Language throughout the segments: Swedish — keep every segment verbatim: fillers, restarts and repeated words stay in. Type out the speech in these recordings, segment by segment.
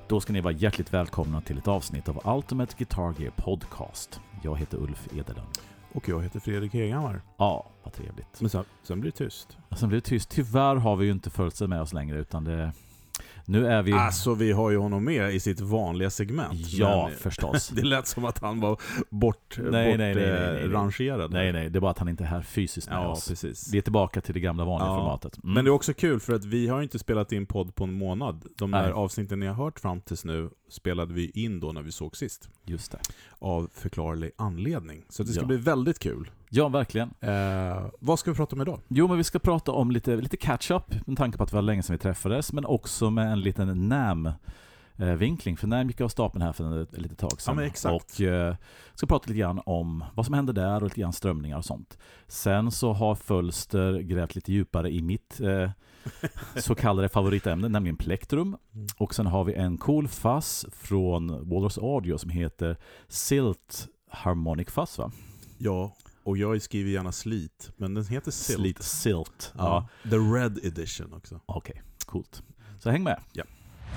Då ska ni vara hjärtligt välkomna till ett avsnitt av Ultimate Guitar Gear Podcast. Jag heter Ulf Edelund. Och jag heter Fredrik Hegammar. Ja, vad trevligt. Men sen, sen blir det tyst. Sen blir det tyst. Tyvärr har vi ju inte följt sig med oss längre, utan det... Nu är vi... Alltså, vi har ju honom med i sitt vanliga segment. Ja, men, förstås. Det lät som att han var bort, nej, bort nej, nej, nej, nej. rangerad. Nej, nej, det är bara att han inte är här fysiskt med ja, oss. Precis. Vi är tillbaka till det gamla vanliga ja. formatet. Mm. Men det är också kul för att vi har inte spelat in podd på en månad. De där nej. avsnitten ni har hört fram tills nu spelade vi in då när vi såg sist. Just det. Av förklarlig anledning. Så det ska ja. bli väldigt kul. Ja, verkligen. Eh, vad ska vi prata om idag? Jo, men vi ska prata om lite, lite catch-up med tanke på att det var länge sedan vi träffades, men också med en liten N A M-vinkling. För N A M gick av stapeln här för ett litet tag sedan. Ja, men exakt. Och eh, ska prata lite grann om vad som hände där och lite grann strömningar och sånt. Sen så har Fölster grävt lite djupare i mitt eh, så kallade favoritämne, nämligen plektrum. Mm. Och sen har vi en cool fuzz från Walrus Audio som heter Silt Harmonic Fuzz, va? Ja. Och jag skriver gärna Slit, men den heter Silt. Slit, Silt. Ja. ja. The Red Edition också. Okej, okay, coolt. Så häng med. Ja.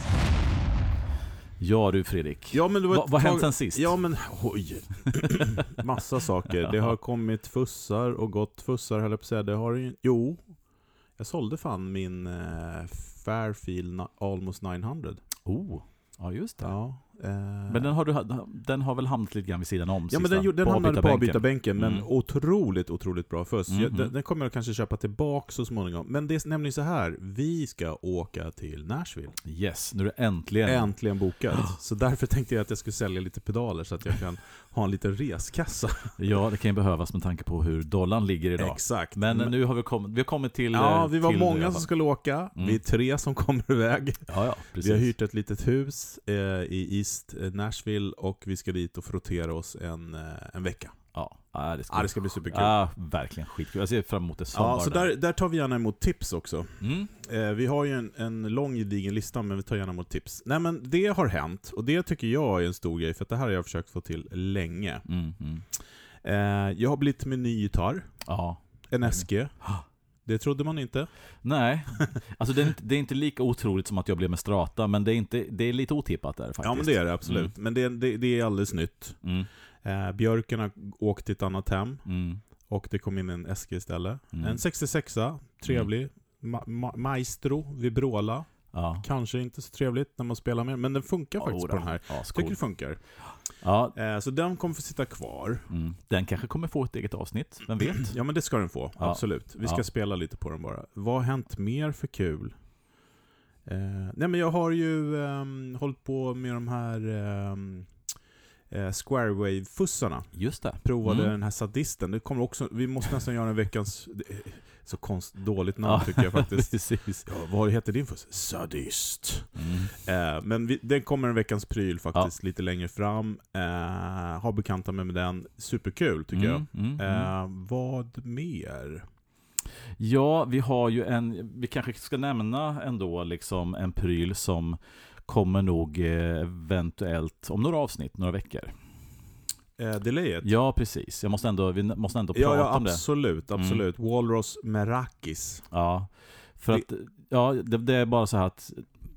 Ja du Fredrik. Ja, men det var Va, vad tag... hänt sen sist? Ja men oj. Massa saker. Det har kommit fussar och gått fussar, höll jag på att säga. Det har ju... Jo. Jag sålde fan min eh, Fairfield Almost niohundra. Oh. Ja, just det. Ja. Eh... Men den har, du, den har väl hamnat lite grann vid sidan om. Ja, men den, den hamnade på avbytarbänken. Men mm. otroligt, otroligt bra fuss. Mm-hmm. Den, den kommer jag kanske köpa tillbaka så småningom. Men det är nämligen så här. Vi ska åka till Nashville. Yes, nu är det äntligen. Äntligen bokat. Så därför tänkte jag att jag skulle sälja lite pedaler så att jag kan ha en liten reskassa. Ja, det kan ju behövas med tanke på hur dollarn ligger idag. Exakt. Men, men nu har vi kommit, vi har kommit till... Ja, vi var till många som skulle åka. Mm. Vi är tre som kommer iväg. Ja, ja, precis. Vi har hyrt ett litet hus eh, i East Nashville och vi ska dit och frottera oss en, eh, en vecka. Ja, ja, det ska, ja, det ska bli superkul. Ja, verkligen skitkul. Jag ser fram emot det sommar. Ja, så där, där tar vi gärna emot tips också. Mm. Eh, vi har ju en, en lång gedigen lista, men vi tar gärna emot tips. Nej, men det har hänt och det tycker jag är en stor grej för att det här har jag försökt få till länge. Mm, mm. Eh, jag har blivit med ny gitarr. Ja. En S G. Det trodde man inte. Nej, alltså det är, inte, det är inte lika otroligt som att jag blev med Strata, men det är, inte, det är lite otippat där faktiskt. Ja, men det är det absolut. Mm. Men det, det, det är alldeles nytt. Mm. Eh, Björken har åkt till ett annat hem. Mm. Och det kom in en S G istället. Mm. En sextiosexa, trevlig. Mm. Ma- ma- Maestro, Vibrola. Ja. Kanske inte så trevligt när man spelar med, men den funkar faktiskt oh, på den här. Ja, jag tycker det funkar. Ja. Eh, så den kommer få sitta kvar. Mm. Den kanske kommer få ett eget avsnitt, vem vet? Ja, men det ska den få, ja. Absolut. Vi ska ja. spela lite på den bara. Vad har hänt mer för kul? Eh, nej, men jag har ju um, hållit på med de här um, eh, Square Wave-fussarna. Just det. Provade mm. den här sadisten. Det kommer också, vi måste nästan göra en veckans... Så konst, dåligt namn ja. tycker jag faktiskt. Precis. Ja, vad heter din fuss? Sadist. Mm. Eh, men vi, den kommer en veckans pryl faktiskt ja. lite längre fram. Eh, har bekanta med, med den. Superkul tycker mm, jag. Mm, eh, mm. Vad mer? Ja, vi har ju en... Vi kanske ska nämna ändå liksom en pryl som kommer nog eventuellt om några avsnitt, några veckor. Eh, delayet. Ja, precis. Jag måste ändå, vi måste ändå prata ja, ja, om det. Absolut, absolut. Mm. Walrus Merakis. Ja, för det... att ja, det, det är bara så här att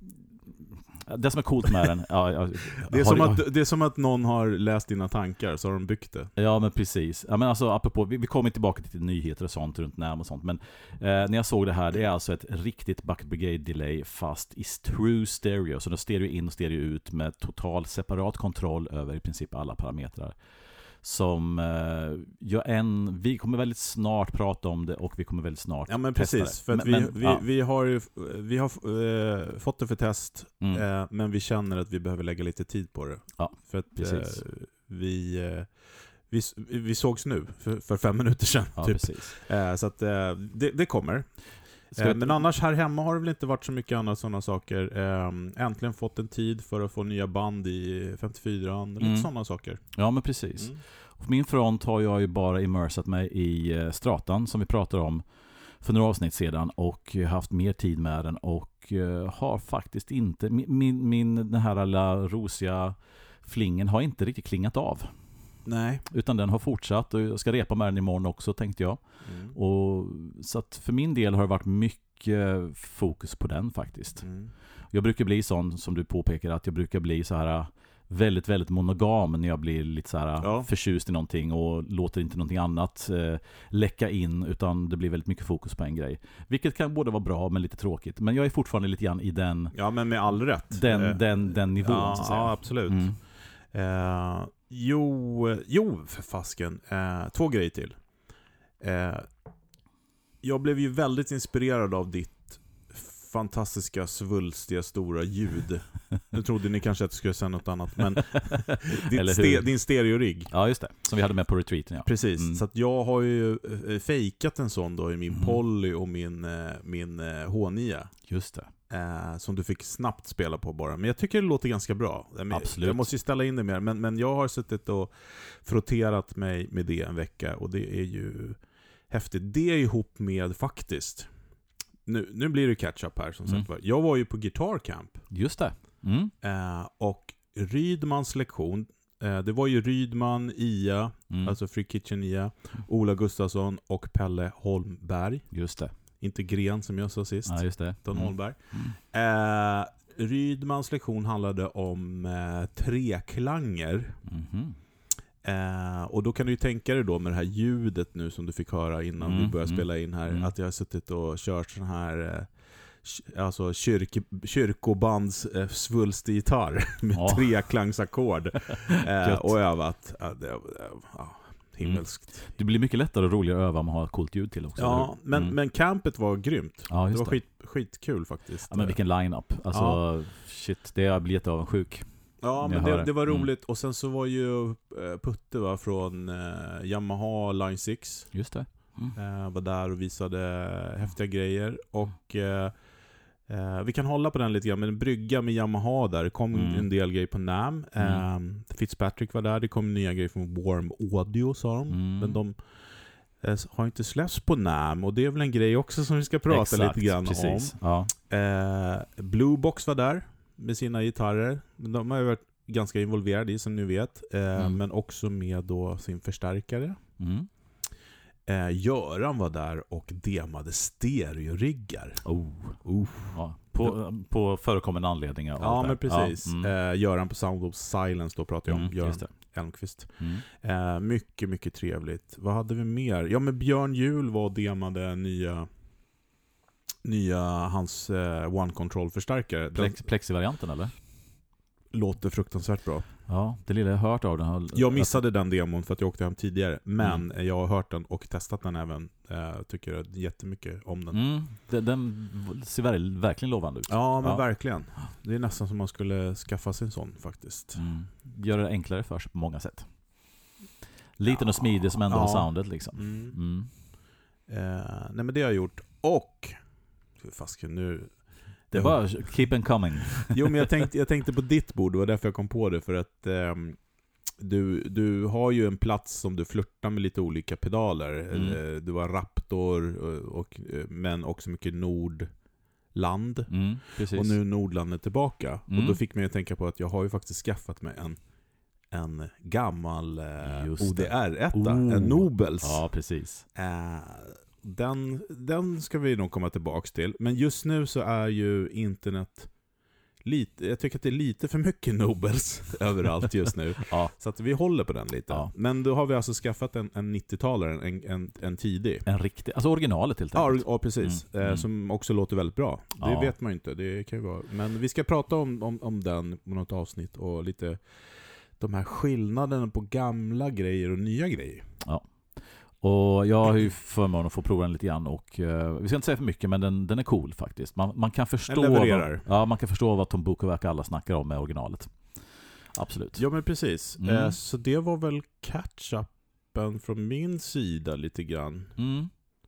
det som är coolt med den ja, ja, det, är som att, det är som att någon har läst dina tankar så har de byggt det. Ja, men precis. Ja, men alltså, apropå, vi, vi kommer tillbaka till nyheter och sånt runt N A M och sånt. Men eh, när jag såg det här, det är alltså ett riktigt Bucket Brigade delay fast i true stereo. Så det stereo in och stereo ut med total separat kontroll över i princip alla parametrar. Som eh, jag en, vi kommer väldigt snart prata om det och vi kommer väldigt snart ja, men precis, testa det. För att men, vi, men, vi, ja. vi har, ju, vi har eh, fått det för test mm. eh, men vi känner att vi behöver lägga lite tid på det. Ja, för att precis. Eh, vi, eh, vi, vi sågs nu för, för fem minuter sedan. Ja, typ. precis. Eh, så att eh, det, det kommer. Eh, men annars här hemma har det väl inte varit så mycket annat sådana saker. Eh, äntligen fått en tid för att få nya band i femtiofyran, mm. lite sådana saker. Ja, men precis. Mm. På min front har jag ju bara immersat mig i Stratan som vi pratade om för några avsnitt sedan och haft mer tid med den och har faktiskt inte min, min den här alla rosiga flingen har inte riktigt klingat av. Nej. Utan den har fortsatt och jag ska repa med den imorgon också tänkte jag. Mm. Och så att för min del har det varit mycket mycket fokus på den faktiskt. Mm. Jag brukar bli sån som du påpekar att jag brukar bli så här väldigt, väldigt monogam när jag blir lite så här Ja. förtjust i någonting och låter inte någonting annat eh, läcka in, utan det blir väldigt mycket fokus på en grej. Vilket kan både vara bra men lite tråkigt. Men jag är fortfarande lite grann i den Ja, men med all rätt. den, Eh, den, den nivån ja, så att säga. ja, absolut. Mm. Eh, jo, jo, för fasken. Eh, två grejer till. Eh, jag blev ju väldigt inspirerad av ditt fantastiska, svulstiga, stora ljud. Nu trodde ni kanske att jag skulle säga något annat, men ditt ste- din stereorigg. Ja, just det. Som vi hade med på retreaten, ja. Precis, Mm. så att jag har ju eh, fejkat en sån då i min Mm. Poly och min, eh, min eh, H nio. Just det. Eh, som du fick snabbt spela på bara. Men jag tycker det låter ganska bra. Men Absolut. Jag måste ju ställa in det mer. Men, men jag har suttit och frotterat mig med det en vecka. Och det är ju häftigt. Det är ihop med faktiskt. Nu, nu blir det catch-up här som Mm. sagt var. Jag var ju på Guitar Camp. Just det. Mm. Eh, och Rydmans lektion. Eh, det var ju Rydman, Ia, Mm. alltså Free Kitchen Ia, Ola Gustafsson och Pelle Holmberg. Just det. Inte Gren som jag sa sist. Ja, just det. Don Mm. Holmberg. Mm. Eh, Rydmans lektion handlade om eh, treklanger. Mhm. Eh, och då kan du ju tänka dig då med det här ljudet nu som du fick höra innan Mm, vi började mm, spela in här, mm. att jag har suttit och kört sån här eh, k- alltså kyrk, kyrkobands eh, svulstig gitarr med Ja. treklangsackord eh, Gött. och övat. Ja, det, det, ja, himmelskt. Det blir mycket lättare och roligare att öva om man har coolt ljud till också. Ja, eller hur? men, Mm. men campet var grymt. Ja, Det just var det. skit, skitkul faktiskt. Ja, men vilken line-up. Alltså, Ja. shit, det har blivit avundsjuk. Ja, Jag men hör det, det. det var Mm. roligt. Och sen så var ju eh, Putte va, från eh, Yamaha Line sex. Just det. Mm. Eh, var där och visade häftiga grejer. Och eh, eh, vi kan hålla på den lite grann. Men en brygga med Yamaha där. Det kom Mm. en del grejer på NAMM. Eh, Fitzpatrick var där. Det kom nya grejer från Warm Audio, sa de. Mm. Men de eh, har inte släppts på NAMM. Och det är väl en grej också som vi ska prata Exakt, lite grann precis. om. Ja. Eh, Blue Box var där med sina gitarrer. De har ju varit ganska involverade i, som ni vet. Eh, Mm. Men också med då sin förstärkare. Mm. Eh, Göran var där och demade stereoriggar. Oh. Uh. Ja. På, på förekommande anledningar. och Ja, allt men det. precis. Ja. Mm. Eh, Göran på Sound of Silence då pratar jag om. Mm, Göran just det. Elmqvist. Mm. Eh, mycket, mycket trevligt. Vad hade vi mer? Ja, men Björn Juhl var och demade nya nya hans eh, One Control-förstärkare. Den Plex, Plexi-varianten eller? låter fruktansvärt bra. Ja, det lilla jag har hört av den. Har, Jag missade den demon för att jag åkte hem tidigare. Men Mm. jag har hört den och testat den även. Eh, tycker jättemycket om den. Mm, den, den ser ver- verkligen lovande ut. Ja, men Ja. verkligen. Det är nästan som man skulle skaffa sig en sån faktiskt. Mm. Gör det enklare för sig på många sätt. Liten och smidig som ändå Ja. har soundet liksom. Mm. Mm. Eh, nej, men det har jag gjort. Och fasken nu. Det är bara keep on coming. Jo, men jag tänkte, jag tänkte på ditt bord. Det var därför jag kom på det. För att ehm, du, du har ju en plats som du flörtar med lite olika pedaler. Mm. Eh, Du har Raptor, och, och, men också mycket Nordland. Mm, precis. Och nu Nordland är tillbaka. Mm. Och då fick mig att tänka på att jag har ju faktiskt skaffat mig en, en gammal eh, Just O D R ett, Oh. en Nobels. Ja, precis. Eh, den, den ska vi nog komma tillbaka till. Men just nu så är ju internet lite, jag tycker att det är lite för mycket Nobels överallt just nu. Ja. Så att vi håller på den lite. Ja. Men då har vi alltså skaffat en, en nittiotalare, en, en, en tidig. En riktig, alltså originalet helt Ja, enkelt. ja, precis. Mm, Eh, mm. som också låter väldigt bra. Det Ja. vet man ju inte. Det kan ju vara. Men vi ska prata om, om, om den på något avsnitt och lite de här skillnaderna på gamla grejer och nya grejer. Och jag har ju förmånen att få prova den lite grann och uh, vi ska inte säga för mycket, men den, den är cool faktiskt. Man, man kan förstå Den levererar. vad, ja, man kan förstå vad Tom Buch och verkar alla snackar om med originalet. Absolut. Ja, men precis. Mm. Eh, så det var väl catch-upen från min sida lite grann. Mm.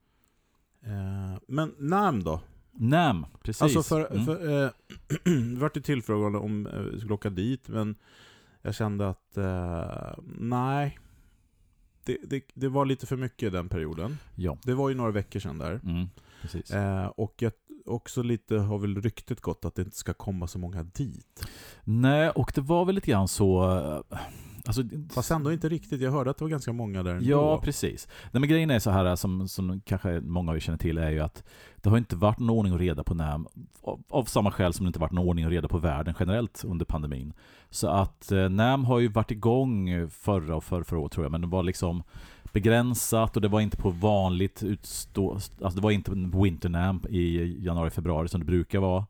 Eh, men namn då? Nam, precis. Alltså för, mm. för eh, vi vart ju tillfrågade om eh, vi skulle åka dit, men jag kände att eh, nej. Det, det, det var lite för mycket den perioden. Ja. Det var ju några veckor sedan där. Mm, precis. Eh, och jag också lite har väl ryktet gått att det inte ska komma så många dit. Nej, och det var väl lite grann så... Alltså, fast ändå inte riktigt. Jag hörde att det var ganska många där ändå. Ja, precis. Nej, men grejen är så här, som, som kanske många av er känner till, är ju att det har inte varit någon ordning och reda på N A M av, av samma skäl som det inte varit någon ordning och reda på världen generellt under pandemin. Så att eh, N A M har ju varit igång förra och förra, förra år, tror jag, men det var liksom begränsat och det var inte på vanligt utstå, alltså det var inte Winter N A M i januari, februari som det brukar vara.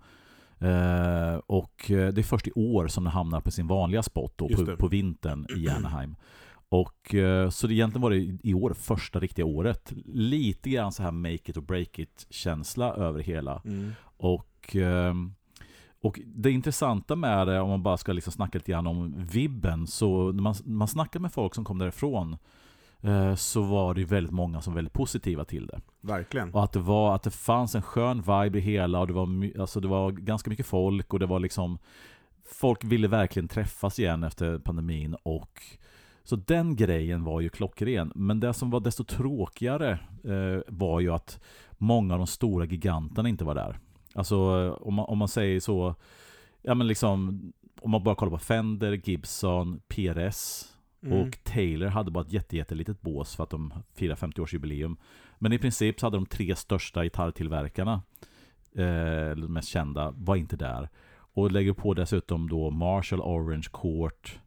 Uh, och det är först i år som det hamnar på sin vanliga spot då, på, på vintern i Anaheim. Och uh, så det egentligen var det i år första riktiga året. Lite grann så här make it or break it känsla över hela. Mm. Och uh, och det intressanta med det, om man bara ska liksom snacka lite grann om vibben, så när man, man snackar med folk som kom därifrån, så var det väldigt många som var väldigt positiva till det. Verkligen. Och att det var att det fanns en skön vibe i hela, och det var alltså det var ganska mycket folk, och det var liksom folk ville verkligen träffas igen efter pandemin, och så den grejen var ju klockren. Men det som var desto tråkigare eh, var ju att många av de stora giganterna inte var där. Alltså om man, om man säger så, ja men liksom om man bara kollar på Fender, Gibson, P R S Mm. och Taylor hade bara ett jätte, jättelitet bås för att de firar femtio-årsjubileum. Men i princip så hade de tre största gitarrtillverkarna, eh, de mest kända, var inte där. Och lägger på dessutom då Marshall, Orange, Court,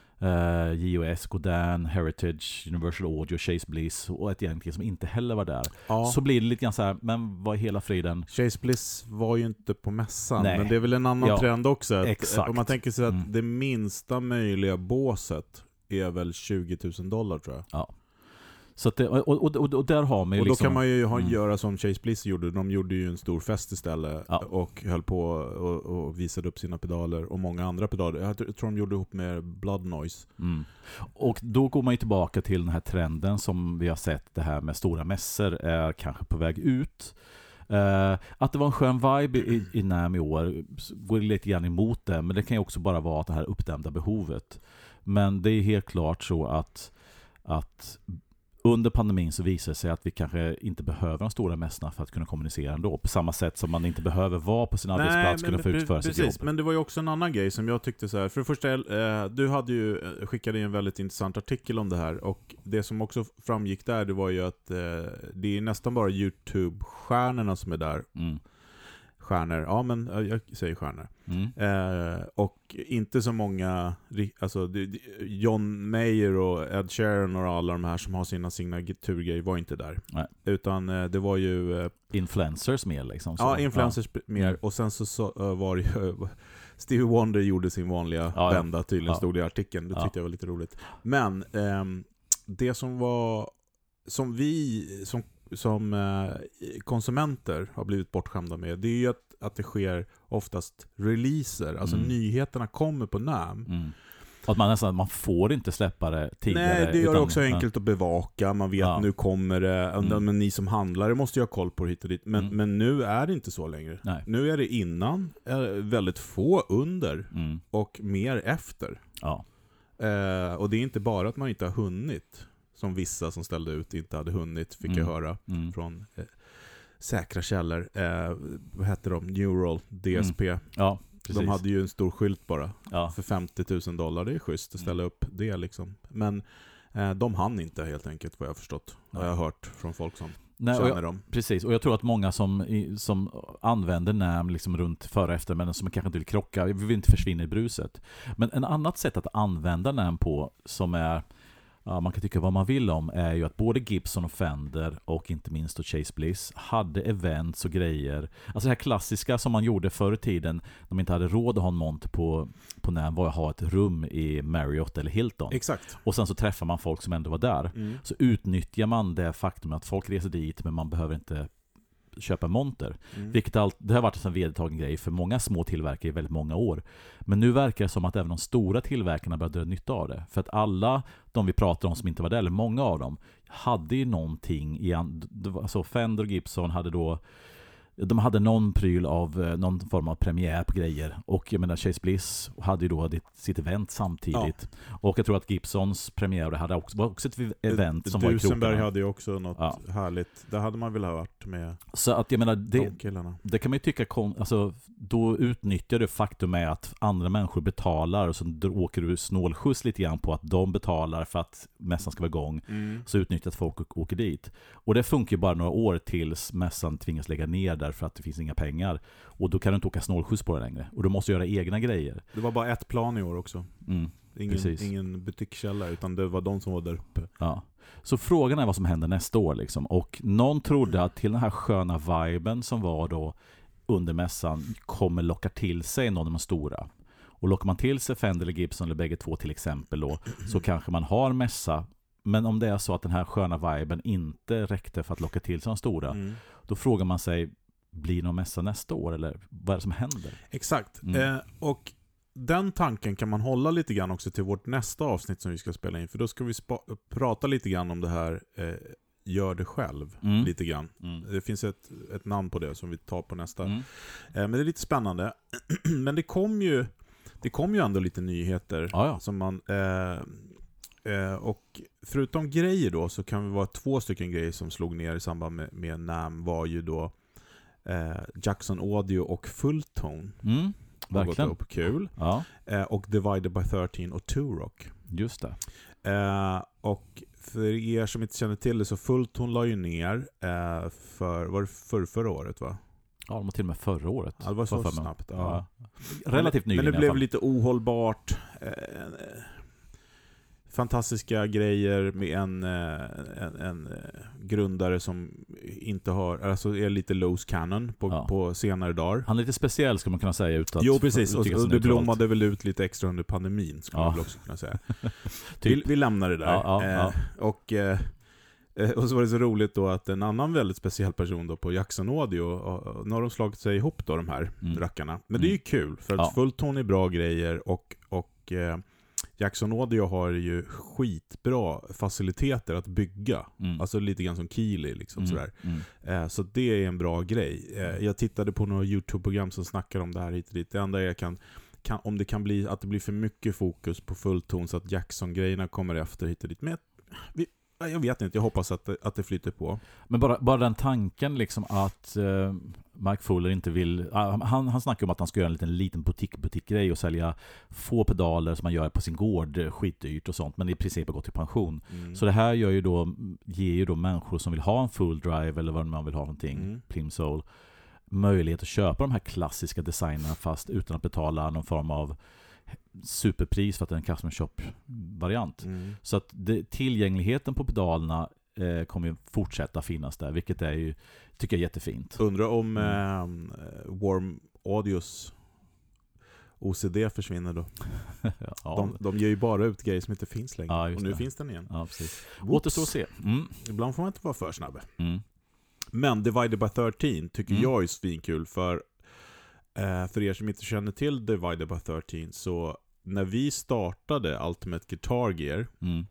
eh, J O S, Godin, Heritage, Universal Audio, Chase Bliss och ett gäng som inte heller var där. Ja. Så blir det lite grann så här, men vad är hela friden? Chase Bliss var ju inte på mässan. Nej. Men det är väl en annan ja, trend också. Att, exakt. Om man tänker sig att mm. det minsta möjliga båset är väl tjugo tusen dollar, tror jag. Ja. Så att det, och, och, och, och där har man ju och då liksom, kan man ju ha, mm. göra som Chase Bliss gjorde. De gjorde ju en stor fest istället, ja. och höll på och, och visade upp sina pedaler och många andra pedaler. Jag tror de gjorde ihop med Blood Noise. Mm. Och då går man ju tillbaka till den här trenden som vi har sett, det här med stora mässor är kanske på väg ut. Uh, att det var en skön vibe i, i N A M i år går lite grann emot det, men det kan ju också bara vara det här uppdämda behovet. Men det är helt klart så att, att under pandemin så visar det sig att vi kanske inte behöver de stora mässorna för att kunna kommunicera ändå. På samma sätt som man inte behöver vara på sin arbetsplats kunna få utföra sitt jobb. Men det var ju också en annan grej som jag tyckte så här. För det första, eh, du hade ju skickat in en väldigt intressant artikel om det här. Och det som också framgick där, det var ju att eh, det är nästan bara YouTube-stjärnorna som är där. Mm. Stjärnor, ja men jag säger stjärnor. Mm. Eh, och inte så många, alltså John Mayer och Ed Sheeran och alla de här som har sina signaturgrejer var inte där. Nej. Utan eh, det var ju eh, influencers mer liksom. Så. Ja, influencers ja. mer. Och sen så, så uh, var det ju Stevie Wonder gjorde sin vanliga ja, vända ja. tydligen, ja. stod det i artikeln. Det tyckte ja. jag var lite roligt. Men eh, det som var som vi som som eh, konsumenter har blivit bortskämda med, det är ju att, att det sker oftast releaser, alltså mm. nyheterna kommer på N A M. Mm. Att man nästan, man får inte släppa det tidigare. Nej, det gör utan, det också enkelt ja. att bevaka, man vet ja. nu kommer det, mm. men ni som handlare måste ju ha koll på det hit och dit, men, mm. men nu är det inte så längre. Nej. Nu är det innan, väldigt få under mm. och mer efter. Ja. Eh, och det är inte bara att man inte har hunnit, som vissa som ställde ut inte hade hunnit, fick mm. jag höra mm. från eh, säkra källor. Eh, vad heter de? Neural, D S P. Mm. Ja, de hade ju en stor skylt bara. Ja. För femtio tusen dollar, det är schysst att ställa mm. upp det liksom. Men eh, de hann inte helt enkelt, vad jag har förstått. Vad jag har hört från folk som Nej, känner jag, dem. Precis, och jag tror att många som, som använder N A M liksom runt före efter, men som kanske inte vill krocka, vi vill inte försvinna i bruset. Men en annat sätt att använda N A M på som är ja, man kan tycka vad man vill om, är ju att både Gibson och Fender och inte minst då Chase Bliss hade events och grejer. Alltså det här klassiska som man gjorde förr i tiden när man inte hade råd att ha en mont på, på N A M var att ha ett rum i Marriott eller Hilton. Exakt. Och sen så träffar man folk som ändå var där. Mm. Så utnyttjar man det faktum att folk reser dit men man behöver inte köpa monter. Mm. Vilket allt, det har varit en vedertagen grej för många små tillverkare i väldigt många år. Men nu verkar det som att även de stora tillverkarna börjar dra nytta av det. För att alla de vi pratar om som inte var där, eller många av dem, hade ju någonting i, alltså Fender och Gibson hade då de hade någon pryl av eh, någon form av premiär på grejer. Och jag menar, Chase Bliss hade ju då ditt, sitt event samtidigt. Ja. Och jag tror att Gibsons premiär det hade också, var också ett event det, som var i krokarna. Duesenberg hade ju också något ja. härligt. Det hade man väl ha varit med. Så att jag menar, det, de det kan man ju tycka, alltså, då utnyttjar du faktum med att andra människor betalar och så åker du snålskjuts lite grann på att de betalar för att mässan ska vara igång. Mm. Så utnyttjar att folk åker dit. Och det funkar ju bara några år tills mässan tvingas lägga ner där för att det finns inga pengar. Och då kan du inte åka snålskjuts på det längre. Och du måste göra egna grejer. Det var bara ett plan i år också. Mm, ingen, ingen butikskälla, utan det var de som var där uppe. Ja. Så frågan är vad som händer nästa år liksom. Och någon trodde att till den här sköna viben som var då under mässan kommer locka till sig någon av de stora. Och lockar man till sig Fender eller Gibson eller bägge två till exempel då, så kanske man har mässa. Men om det är så att den här sköna viben inte räckte för att locka till sig de stora, mm. då frågar man sig, blir någon mässa nästa år eller vad är det som händer? Exakt. Mm. Eh, och den tanken kan man hålla lite grann också till vårt nästa avsnitt som vi ska spela in. För då ska vi spa- prata lite grann om det här eh, gör det själv. Mm. Lite grann. Mm. Det finns ett, ett namn på det som vi tar på nästa. Mm. Eh, men det är lite spännande. Men det kom ju det kom ju ändå lite nyheter. Ah, ja. Som man... Eh, Eh, och förutom grejer då så kan vi vara två stycken grejer som slog ner i samband med, med N A M var ju då eh, Jackson Audio och Fulltone. Mm, verkligen. Upp. Kul. Ja. Eh, och Divided by tretton och Two-Rock. Just det. Eh, och för er som inte känner till det så Fulltone la ju ner eh, för, var det för, förra året va? Ja, de var till och med förra året. Ja, det var så snabbt. Ja. Ja. Relativt nyligen. Men det blev lite ohållbart. Eh, fantastiska grejer med en, en, en grundare som inte har, alltså är lite loose cannon på, ja. på senare dagar. Han är lite speciell ska man kunna säga. Utan jo, precis. Och, och det blommade väl ut lite extra under pandemin skulle ja. man också kunna säga. typ. vi, vi lämnar det där. Ja, ja, ja. Eh, och, eh, och så var det så roligt då att en annan väldigt speciell person då på Jackson Audio, och, och, nu har de slagit sig ihop då, de här mm. rackarna. Men mm. det är ju kul, för att ja. Fulltone är bra grejer och, och eh, Jackson Audio har ju skitbra faciliteter att bygga. Mm. Alltså lite grann som Keeley liksom, mm. sådär. Mm. Eh, så det är en bra grej. Eh, jag tittade på några YouTube-program som snackar om det här hit och dit. Det enda jag kan, kan om det kan bli att det blir för mycket fokus på Fulltone så att Jackson-grejerna kommer efter hit och dit. Men vi, jag vet inte, jag hoppas att det, att det flyter på. Men bara, bara den tanken liksom att uh, Mike Fuller inte vill... Uh, han, han snackar om att han ska göra en liten, liten butik-butik-grej och sälja få pedaler som man gör på sin gård, skitdyrt och sånt, men i princip har gått till pension. Mm. Så det här gör ju då, ger ju då människor som vill ha en full drive eller vad man vill ha någonting, mm. Plimsoll, möjlighet att köpa de här klassiska designerna fast utan att betala någon form av superpris för att det är en custom shop-variant. Mm. Så att det, tillgängligheten på pedalerna eh, kommer ju fortsätta finnas där, vilket är ju, tycker jag är jättefint. Undrar om mm. eh, Warm Audios O C D försvinner då. ja. de, de ger ju bara ut grejer som inte finns längre. Ja, och nu det. finns den igen. Ja, precis. Återstår att se. Mm. Ibland får man inte vara för snabb. Mm. Men Divided by tretton tycker mm. jag är svinkul, för för er som inte känner till Divided by tretton, så när vi startade Ultimate Guitar Gear mm.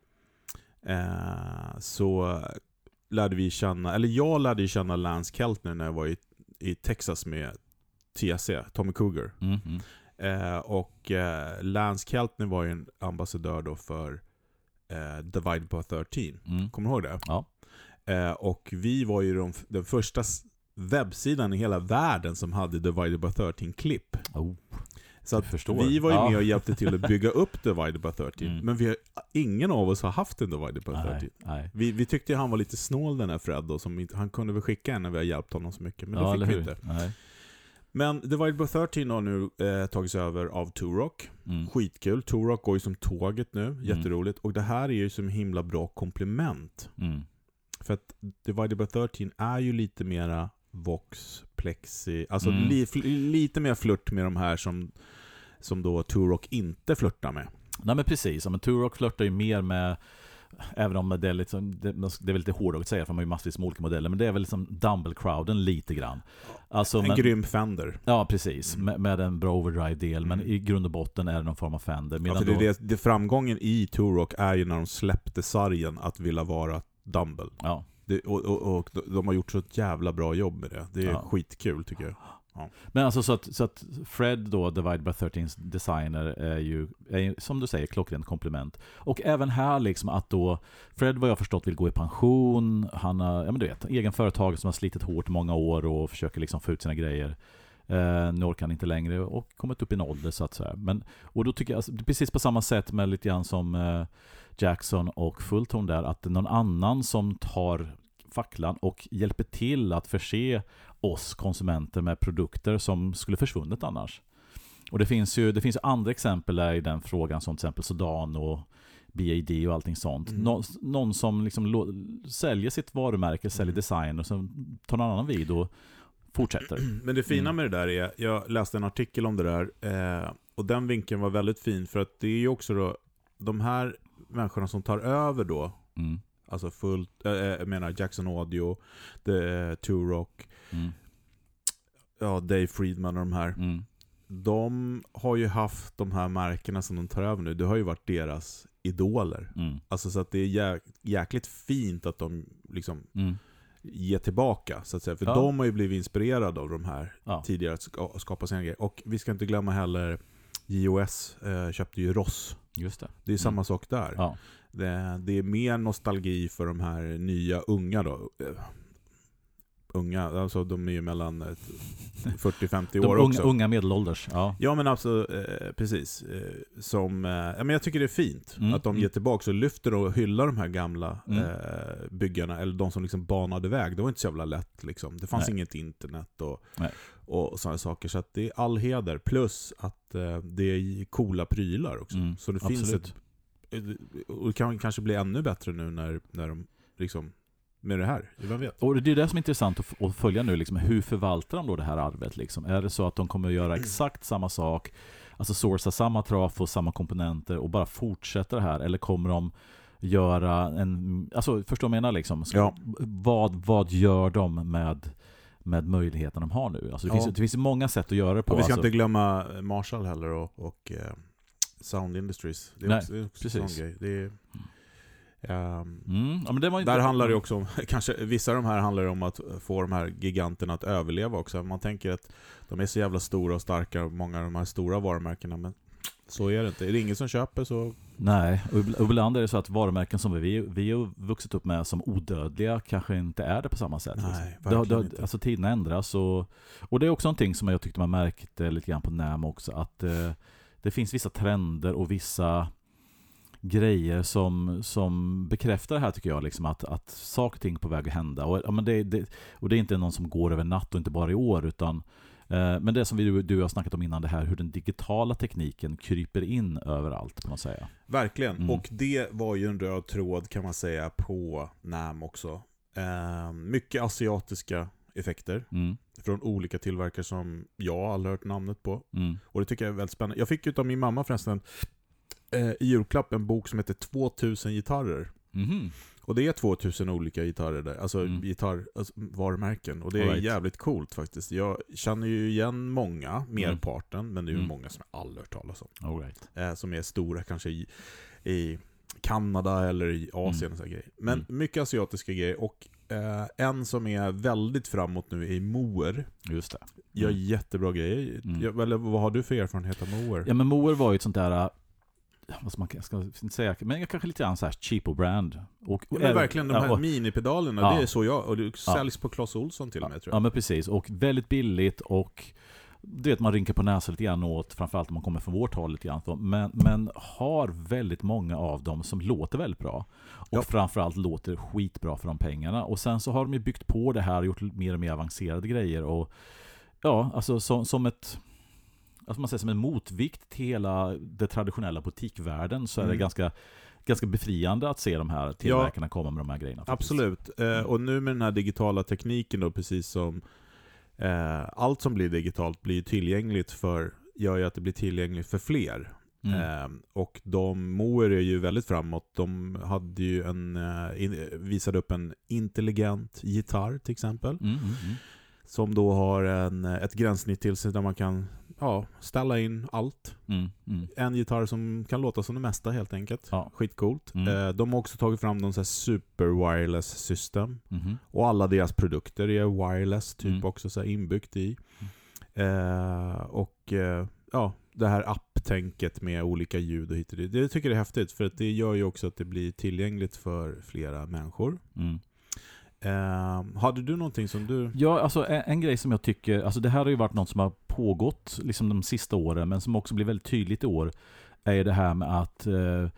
eh, så lärde vi känna, eller jag lärde känna Lance Keltner när jag var i, i Texas med T S C, Tommy Cougar. Mm, mm. Eh, och eh, Lance Keltner var ju en ambassadör då för eh, Divided by tretton. Mm. Kommer du ihåg det? Ja. Eh, och vi var ju de, den första webbsidan i hela världen som hade Divided by tretton-klipp. Oh, så att vi var ju ja. med och hjälpte till att bygga upp Divided by tretton. Mm. Men vi har, ingen av oss har haft en Divided by tretton. Nej, nej. Vi, vi tyckte han var lite snål, den här Fred då, som inte, han kunde väl skicka en när vi har hjälpt honom så mycket. Men ja, det fick vi inte. Nej. Men Divided by tretton har nu eh, tagits över av Two-Rock. Mm. Skitkul. Two-Rock går ju som tåget nu. Mm. Jätteroligt. Och det här är ju som himla bra komplement. Mm. För att Divided by tretton är ju lite mera Vox, Plexi, alltså mm. li, fl, lite mer flört med de här som, som då Two-Rock inte flörtar med. Nej men precis, men Two-Rock flörtar ju mer med, även om det är, liksom, det, det är väl lite hårdare att säga för man har ju massvis med olika modeller, men det är väl liksom Dumble-crowden lite grann. Alltså, en men, grym Fender. Ja, precis. Mm. Med, med en bra overdrive-del, mm. men i grund och botten är det någon form av Fender. Ja, för det, då, det, det framgången i Two-Rock är ju när de släppte sargen att vilja vara Dumble. Ja. Det, och, och, och de har gjort så ett jävla bra jobb med det. Det är ja. skitkul tycker jag. Ja. Men alltså så att, så att Fred då, Divide by thirteens designer är ju, är ju som du säger, klockrent komplement. Och även här liksom att då Fred, vad jag förstått, vill gå i pension. Han har, ja men du vet, egen företag som har slitit hårt i många år och försöker liksom få ut sina grejer. Eh, nu orkar han inte längre och kommit upp i en ålder så att säga. Men, och då tycker jag, alltså, precis på samma sätt med lite grann som eh, Jackson och Fulton där, att det är någon annan som tar facklan och hjälper till att förse oss konsumenter med produkter som skulle försvunnit annars. Och det finns ju det finns ju andra exempel där i den frågan, som till exempel Sudan och B A D och allting sånt. Mm. Nå, någon som liksom lo, säljer sitt varumärke, säljer design och sen tar någon annan vid och fortsätter. Men det fina med det där är, jag läste en artikel om det där eh, och den vinkeln var väldigt fin, för att det är ju också då de här människorna som tar över då, mm. alltså fullt, äh, jag menar Jackson Audio, The Two-Rock, mm. ja, Dave Friedman och de här. Mm. De har ju haft de här märkena som de tar över nu. Det har ju varit deras idoler. Mm. Alltså så att det är jä- jäkligt fint att de liksom mm. ger tillbaka så att säga. För ja. de har ju blivit inspirerade av de här ja. tidigare att ska- skapa sina grejer. Och vi ska inte glömma heller J O S eh, köpte ju Ross. Just det. Det är samma mm. sak där. Ja. Det, det är mer nostalgi för de här nya unga då. Unga, alltså de är ju mellan fyrtio till femtio år unga, också. Unga medelålders, ja. Ja men alltså, eh, precis. Eh, som, eh, ja, men jag tycker det är fint mm. att de ger tillbaka och lyfter och hyllar de här gamla mm. eh, byggarna, eller de som liksom banade väg. Det var inte så jävla lätt liksom. Det fanns Nej. inget internet och, och sådana saker. Så att det är all heder. Plus att eh, det är coola prylar också. Mm. Så det Absolut. finns ett, och det kan kanske bli ännu bättre nu när, när de liksom med det här, vem vet. Och det är det som är intressant att, att följa nu liksom, hur förvaltar de då det här arvet liksom? Är det så att de kommer att göra exakt samma sak, alltså sourca samma traf och samma komponenter och bara fortsätta det här, eller kommer de göra en, alltså förstår jag menar liksom, så, ja. vad, vad gör de med med möjligheterna de har nu? Alltså det, ja. finns, det finns många sätt att göra det på. Och vi ska alltså. inte glömma Marshall heller och, och eh, Sound Industries. Det är Nej, också, det är också precis. sån grej. Det är Um, mm, ja, men det var där handlar det också om, kanske vissa av de här handlar om att få de här giganterna att överleva också. Man tänker att de är så jävla stora och starka, många av de här stora varumärkena, men så är det inte. Är det ingen som köper så... Nej, och ibland är det så att varumärken som vi, vi har vuxit upp med som odödliga kanske inte är det på samma sätt. Nej, liksom. det, det, inte. Alltså tiderna ändras och, och det är också någonting som jag tyckte man märkte lite grann på N A M också, att eh, det finns vissa trender och vissa grejer som, som bekräftar det här tycker jag liksom, att, att saker och ting är på väg att hända och, ja, men det, det, och det är inte någon som går över natt och inte bara i år utan eh, men det som vi, du, du har snackat om innan, det här hur den digitala tekniken kryper in överallt kan man säga. Verkligen, mm. och det var ju en röd tråd kan man säga på N A M också. Eh, mycket asiatiska effekter mm. från olika tillverkare som jag aldrig hört namnet på mm. och det tycker jag är väldigt spännande. Jag fick ju av min mamma förresten i julklapp en bok som heter tvåtusen gitarrer. Mm-hmm. Och det är tvåtusen olika gitarrer där. Alltså mm. gitarr, alltså varumärken. Och det är right. jävligt coolt faktiskt. Jag känner ju igen många, merparten, mm. men det är ju mm. många som jag aldrig hört talas om. All right. eh, som är stora kanske i, i Kanada eller i Asien mm. och så grejer. Men mm. mycket asiatiska grejer. Och eh, en som är väldigt framåt nu är Moer. Just det. Mm. Gör jättebra grejer. Mm. Jag, eller vad har du för erfarenhet av Moer? Ja, men Moer var ju ett sånt där... vad ska man ska inte säga, men jag kanske lite grann så här cheapo brand. Och, ja, men verkligen de här ja, och, minipedalerna, ja, det är så jag, och det säljs ja, på Clas Ohlson till och med tror jag. Ja men precis, och väldigt billigt och det vet man rinkar på näsan lite grann åt, framförallt om man kommer från vårt håll lite grann. Men, men har väldigt många av dem som låter väldigt bra. Och ja, framförallt låter skitbra för de pengarna. Och sen så har de ju byggt på det här och gjort mer och mer avancerade grejer. Och ja, alltså som, som ett... Alltså man säger som en motvikt till hela det traditionella butikvärlden så är det mm. ganska, ganska befriande att se de här tillverkarna ja, komma med de här grejerna. Faktiskt. Absolut. Eh, och nu med den här digitala tekniken då, precis som eh, allt som blir digitalt blir tillgängligt för, gör ju att det blir tillgängligt för fler. Mm. Eh, och de Moer är ju väldigt framåt. De hade ju en eh, in, visade upp en intelligent gitarr till exempel. Mm, mm, mm. Som då har en, ett gränssnitt till sig där man kan ja, ställa in allt. Mm, mm. En gitarr som kan låta som det mesta helt enkelt. Ja. Skitcoolt. Mm. Eh, de har också tagit fram någon så här super wireless system. Mm. Och alla deras produkter är wireless typ Mm. också så här inbyggt i. Eh, och eh, ja, det här app-tänket med olika ljud och hit och dit. Det tycker jag är häftigt för att det gör ju också att det blir tillgängligt för flera människor. Mm. Eh, hade du någonting som du... Ja, alltså en, en grej som jag tycker, alltså det här har ju varit något som har pågått liksom de sista åren, men som också blir väldigt tydligt i år, är det här med att eh,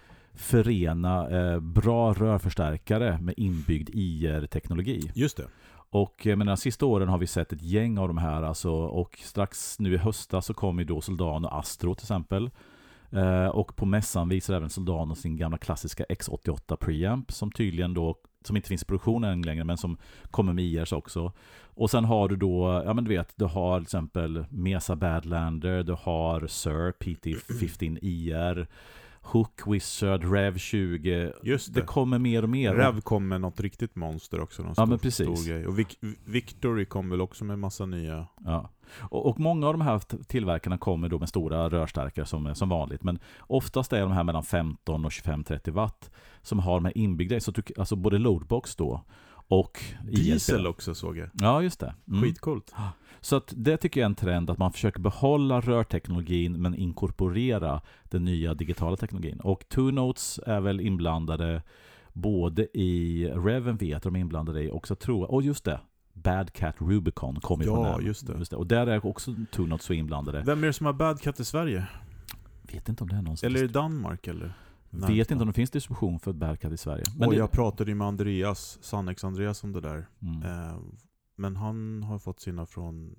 förena eh, bra rörförstärkare med inbyggd I R-teknologi. Just det. Och men de sista åren har vi sett ett gäng av de här, alltså, och strax nu i höstas så kommer ju då Soldano Astro till exempel. Eh, och på mässan visar även Soldano sin gamla klassiska X åttioåtta preamp som tydligen då, som inte finns i produktionen längre, men som kommer med I Rs också. Och sen har du då, ja men du vet, du har till exempel Mesa Badlander, du har Sir P T femton I R, Hook Wizard, Rev tjugo. Just det. Det kommer mer och mer. Rev kom med något riktigt monster också. Någon Ja, stor, men precis. Stor grej. Och Vic- Victory kom väl också med massa nya... Ja. Och, och många av de här tillverkarna kommer då med stora rörstärkare som, som vanligt. Men oftast är de här mellan femton och tjugofem till trettio watt som har de här inbyggda. Så du, alltså både loadbox då och Diesel också såg jag. Ja, just det. Mm. Skitcoolt. Så att det tycker jag är en trend, att man försöker behålla rörteknologin men inkorporera den nya digitala teknologin. Och Two Notes är väl inblandade både i Reven, vet de är inblandade i också, tror jag. Och just det, Bad Cat Rubicon kommer ja, från den. Just det. just det. Och där är också Two Notes så inblandade. Vem är det som har Bad Cat i Sverige? Vet inte om det är någon som... Eller i Danmark eller? Vet Nej, inte om det finns distribution för Bad Cat i Sverige. Men och det... jag pratade ju med Andreas, Sannex Andreas om det där. Mm. Eh, men han har fått sina från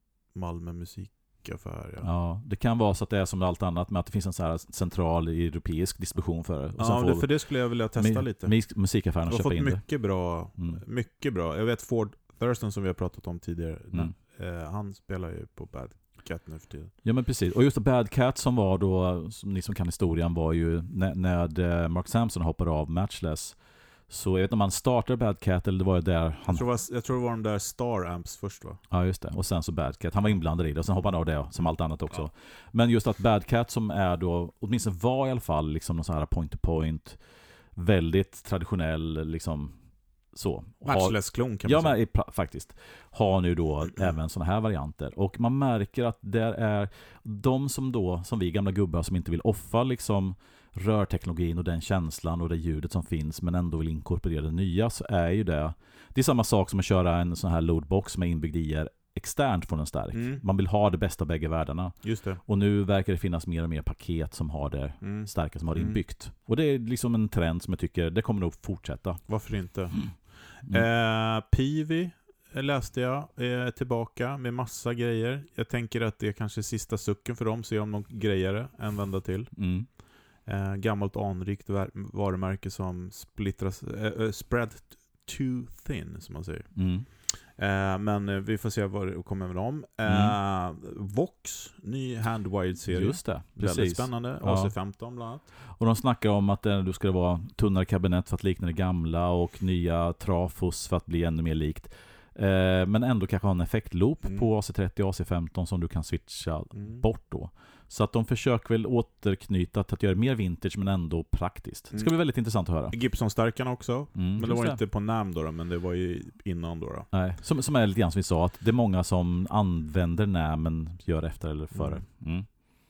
Malmö musikaffär. Ja. ja, det kan vara så att det är som allt annat med att det finns en så här central europeisk distribution för det. Och ja, det, för det skulle jag vilja testa mi- lite. Mus- musikaffären jag har köpa fått in mycket det. bra, Mm. mycket bra. Jag vet Ford Thurston som vi har pratat om tidigare. Mm. Eh, han spelar ju på Bad Cat nu för tiden. Ja men precis, och just det, Bad Cat som var då, som ni som kan historien, var ju när, när Mark Sampson hoppade av Matchless. Så jag vet inte om han startade Bad Cat eller det var ju där han... Jag tror, var, jag tror det var de där Star Amps först va? Ja just det, och sen så Bad Cat. Han var inblandad i det och sen hoppade han av det som allt annat också. Ja. Men just att Bad Cat som är då, åtminstone var i alla fall liksom någon sån här point-to-point, väldigt traditionell liksom så. Matchless-klon kan man ja, säga. men i- faktiskt. Har nu då mm. även såna här varianter. Och man märker att där är de som då, som vi gamla gubbar som inte vill offa liksom rörteknologin och den känslan och det ljudet som finns men ändå vill inkorporera det nya, så är ju det det är samma sak som att köra en sån här loadbox med inbyggd I R externt från en stark. Mm. Man vill ha det bästa av bägge världarna. Just det. Och nu verkar det finnas mer och mer paket som har det Mm. starka som har det Mm. inbyggt. Och det är liksom en trend som jag tycker det kommer nog fortsätta. Varför inte? Mm. Eh, Pivi läste jag är tillbaka med massa grejer. Jag tänker att det är kanske sista sucken för dem, se om de grejer det en vända till. Mm. Eh, gammalt anrikt var- varumärke som splittras, eh, eh, spread too thin som man säger. Mm. Eh, men eh, vi får se vad det kommer med dem. Eh, Vox, ny handwired-serie. Just det, Väldigt precis. spännande. Ja. A C femton bland annat. Och de snackar om att det ska vara tunnare kabinett för att likna det gamla och nya trafos för att bli ännu mer likt. Eh, men ändå kanske ha en effektloop Mm. på A C trettio och A C femton som du kan switcha Mm. bort då. Så att de försöker väl återknyta till att göra det mer vintage men ändå praktiskt. Det ska Mm. bli väldigt intressant att höra. Gibson-starkarna också. Mm, Men det just var inte på Nam då, då, men det var ju innan då. då. Nej, som, som är lite grann som vi sa, att det är många som använder när men gör efter eller före. Mm.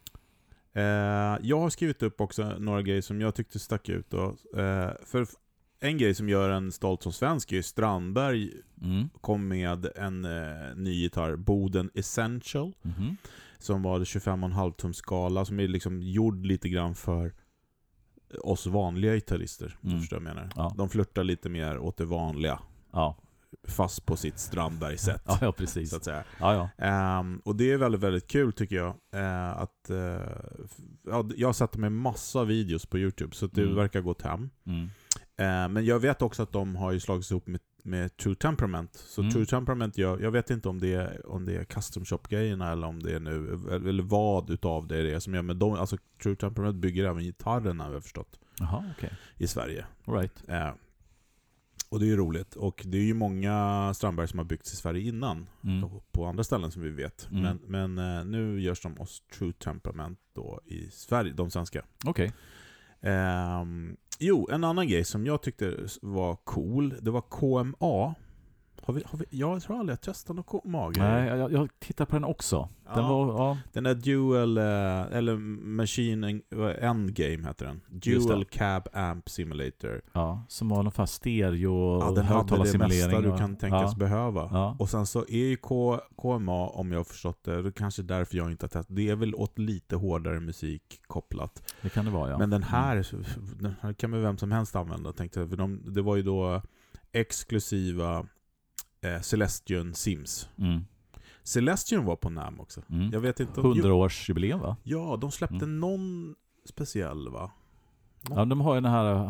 Eh, jag har skrivit upp också några grejer som jag tyckte stack ut. Då. Eh, för en grej som gör en stolt som svensk är ju Strandberg Mm. kom med en eh, ny gitarr, Boden Essential, Mhm. som var tjugofem komma fem tum skala, som är liksom gjord lite grann för oss vanliga gitarrister. Mm. Du förstår vad jag menar. Ja. De flörtar lite mer åt det vanliga, Ja. fast på sitt Strandberg-sätt. Ja, ja, precis. Så att säga. Ja, ja. Ehm, och det är väldigt, väldigt kul tycker jag. Eh, att, eh, f- ja, jag satte med massa videos på YouTube, så att det Mm. verkar gått hem. Mm. Eh, men jag vet också att de har ju slagits ihop med, med True Temperament. Så Mm. True Temperament, jag, jag vet inte om det är, om det är custom shop-grejerna eller om det är nu, eller vad utav det är det som gör. Men de, alltså True Temperament bygger även gitarrerna, har jag förstått, Jaha, okej. i Sverige. All right. Eh, Och det är ju roligt. Och det är ju många Strandberg som har byggts i Sverige innan. Mm. På andra ställen som vi vet. Mm. Men, men eh, nu görs de hos True Temperament då i Sverige, de svenska. Okej. Okay. Eh, jo, en annan grej som jag tyckte var cool, det var K M A. Har vi, har vi, jag tror aldrig jag testat någon K M A-grej. Nej, jag, jag tittar på den också. Den ja. var, ja. Den där Dual, eller Machine Endgame heter den. Dual Cab Amp Simulator. Ja, som var ungefär stereo ja, och den hade det mesta du och, kan tänkas ja. behöva. Ja. Och sen så är ju K- KMA, om jag har förstått det, det är kanske därför jag inte har testat. Det är väl åt lite hårdare musik kopplat. Det kan det vara, ja. Men den här, mm. den här kan väl vem som helst använda, tänkte jag. För de, det var ju då exklusiva eh, Celestion Sims. Mm. Celestion var på NAMM också. Mm. Jag vet inte. hundraårsjubileum, va? Ja, de släppte mm. någon speciell, va? Ja, de har ju den här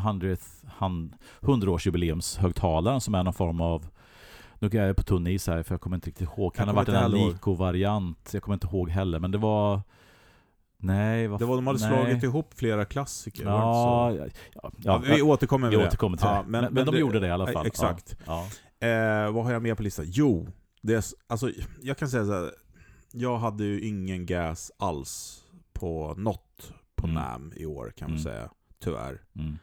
hundraårsjubileumshögtalaren som är någon form av, nu är jag på tunn is här för jag kommer inte riktigt ihåg. Kan det ha varit en Alico-variant? Jag kommer inte ihåg heller, men det var nej, det var de hade nej. slagit ihop flera klassiker. Ja, ja, ja, ja, vi återkommer med vi det. Återkommer till ja, det. Men, men, men de det, gjorde det i alla fall. Exakt. Ja. Eh, vad har jag med på listan? Jo, det är, alltså, jag kan säga så här, jag hade ju ingen gas alls på något på mm. NAMM i år, kan man mm. säga. Tyvärr. Mm.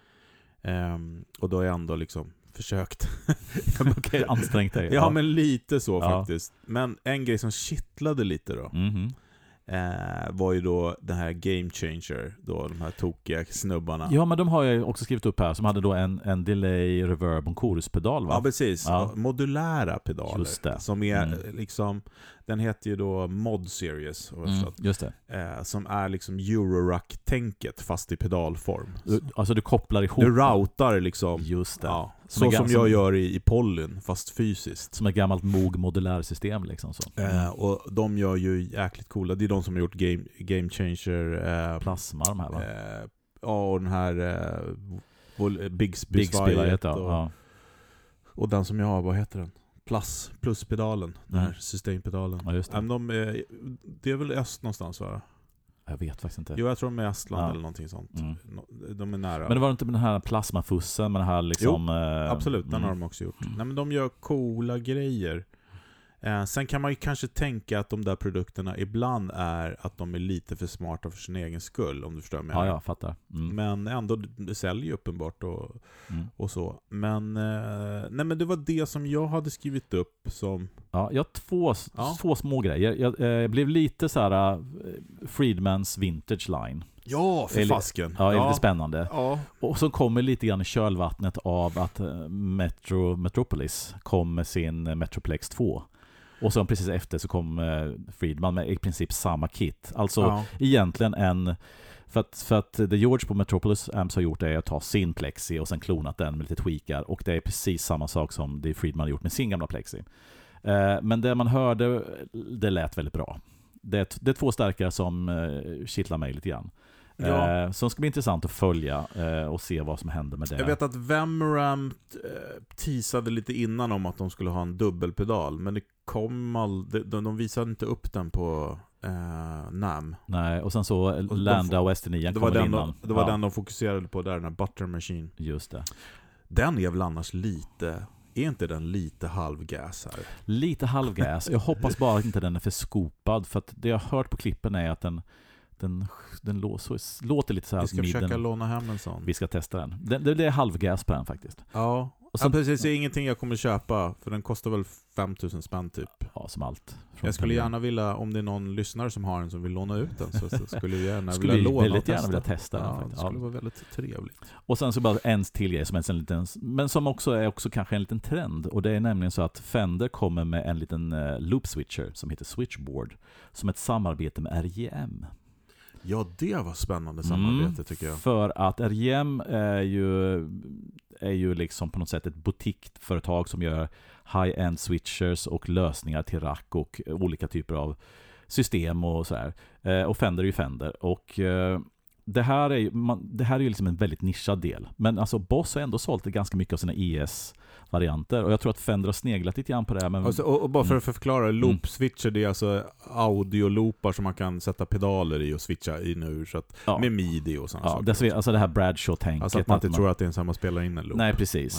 Um, och då har jag ändå liksom försökt. Okej, ansträngt dig. Ja, ja, men lite så ja. faktiskt. Men en grej som kittlade lite då. Mm-hmm. Eh, var ju då den här Game Changer, då de här tokiga snubbarna. Ja, men de har jag också skrivit upp här, som hade då en, en delay, reverb och choruspedal, va? Ja, precis. Ja. Modulära pedaler. Just det. Som är mm. liksom, den heter ju då Mod Series. Mm, just det. Eh, som är liksom Eurorack-tänket fast i pedalform. Du, alltså du kopplar ihop. Du routar liksom. Just det. Ja, som så som jag gör i, i Polyn, fast fysiskt. Som ett gammalt Moog modulärsystem liksom så. Mm. Eh, och de gör ju jäkligt coola. Det är de som har gjort Game, game Changer. Eh, Plasma de här, va? Eh, ja, och den här eh, Bigsby, Bigsby och, ja. och den som jag har, vad heter den? Plus, pluspedalen, den här mm. systempedalen. Ja, just det. De är, det är väl öst någonstans, va? Jag vet faktiskt inte. Jo, jag tror de är Estland ja. eller någonting sånt. Mm. De är nära. Men det var inte med den här plasmafussen, med den här liksom... Jo, eh, absolut, den mm. har de också gjort. Nej, men de gör coola grejer. Eh, sen kan man ju kanske tänka att de där produkterna ibland är att de är lite för smarta för sin egen skull, om du förstår mig. Ja, jag fattar. Mm. Men ändå, det säljer ju uppenbart och, mm. och så. Men, eh, nej, men det var det som jag hade skrivit upp som... Ja, jag har två, ja. två små grejer. Jag, jag, jag blev lite så här uh, Friedmans Vintage Line. Ja, för fasken. Ja, det är lite spännande. Ja. Och så kommer lite grann i kölvattnet av att Metro Metropolis kom med sin Metroplex två. Och så precis efter så kom Friedman med i princip samma kit. Alltså ja. egentligen en... För att, för att det George på Metropolis Amps har gjort är att ta sin Plexi och sen klonat den med lite tweakar. Och det är precis samma sak som det Friedman har gjort med sin gamla Plexi. Eh, men det man hörde, det lät väldigt bra. Det är, det är två stärkare som eh, kittlar mig lite grann. Ja. Eh, som ska bli intressant att följa eh, och se vad som händer med det. Jag vet att Vemram eh, teasade lite innan om att de skulle ha en dubbelpedal, men det kom all, de, de visade inte upp den på eh, NAMM. Nej, och sen så Landa och S T nio det var, den innan. de, det var ja. den de fokuserade på där, den här Butter Machine. Just det. Den är väl annars lite... Är inte den lite halvgas här? Lite halvgas. Jag hoppas bara att inte den är för skopad, för att det jag har hört på klippen är att den Den, den låter, låter lite så här. Vi ska försöka den, låna hem en sån. Vi ska testa den. Det, det, det är halvgas på den faktiskt. Ja, och sen, ja precis. Det är ingenting jag kommer köpa, för den kostar väl fem tusen spänn typ. Ja, som allt. Jag skulle gärna vilja, om det är någon lyssnare som har en som vill låna ut den, så, så skulle jag gärna skulle vilja låna väldigt och gärna vilja testa den. Ja, faktiskt. det skulle ja. vara väldigt trevligt. Och sen så bara en till grej som är en liten, men som också är också kanske en liten trend. Och det är nämligen så att Fender kommer med en liten uh, loop switcher som heter Switchboard, som ett samarbete med R J M. Ja, det var spännande samarbete mm, tycker jag. För att R J M är ju, är ju liksom på något sätt ett boutiqueföretag som gör high-end switchers och lösningar till rack och olika typer av system och så här. Och Fender är ju Fender. Och det här är ju, man, det här är ju liksom en väldigt nischad del. Men alltså Boss har ändå sålt ganska mycket av sina E S-varianter. Och jag tror att Fender har sneglat lite grann på det här. Men, alltså, och, och bara för att förklara, loop-switcher, det är alltså audio-loopar som man kan sätta pedaler i och switcha in och ur, så att, ja. med midi och sådana ja, saker. Det, alltså det här Bradshaw-tänket. Alltså att man inte man, tror att det är en samma spelar in en loop. Nej, precis.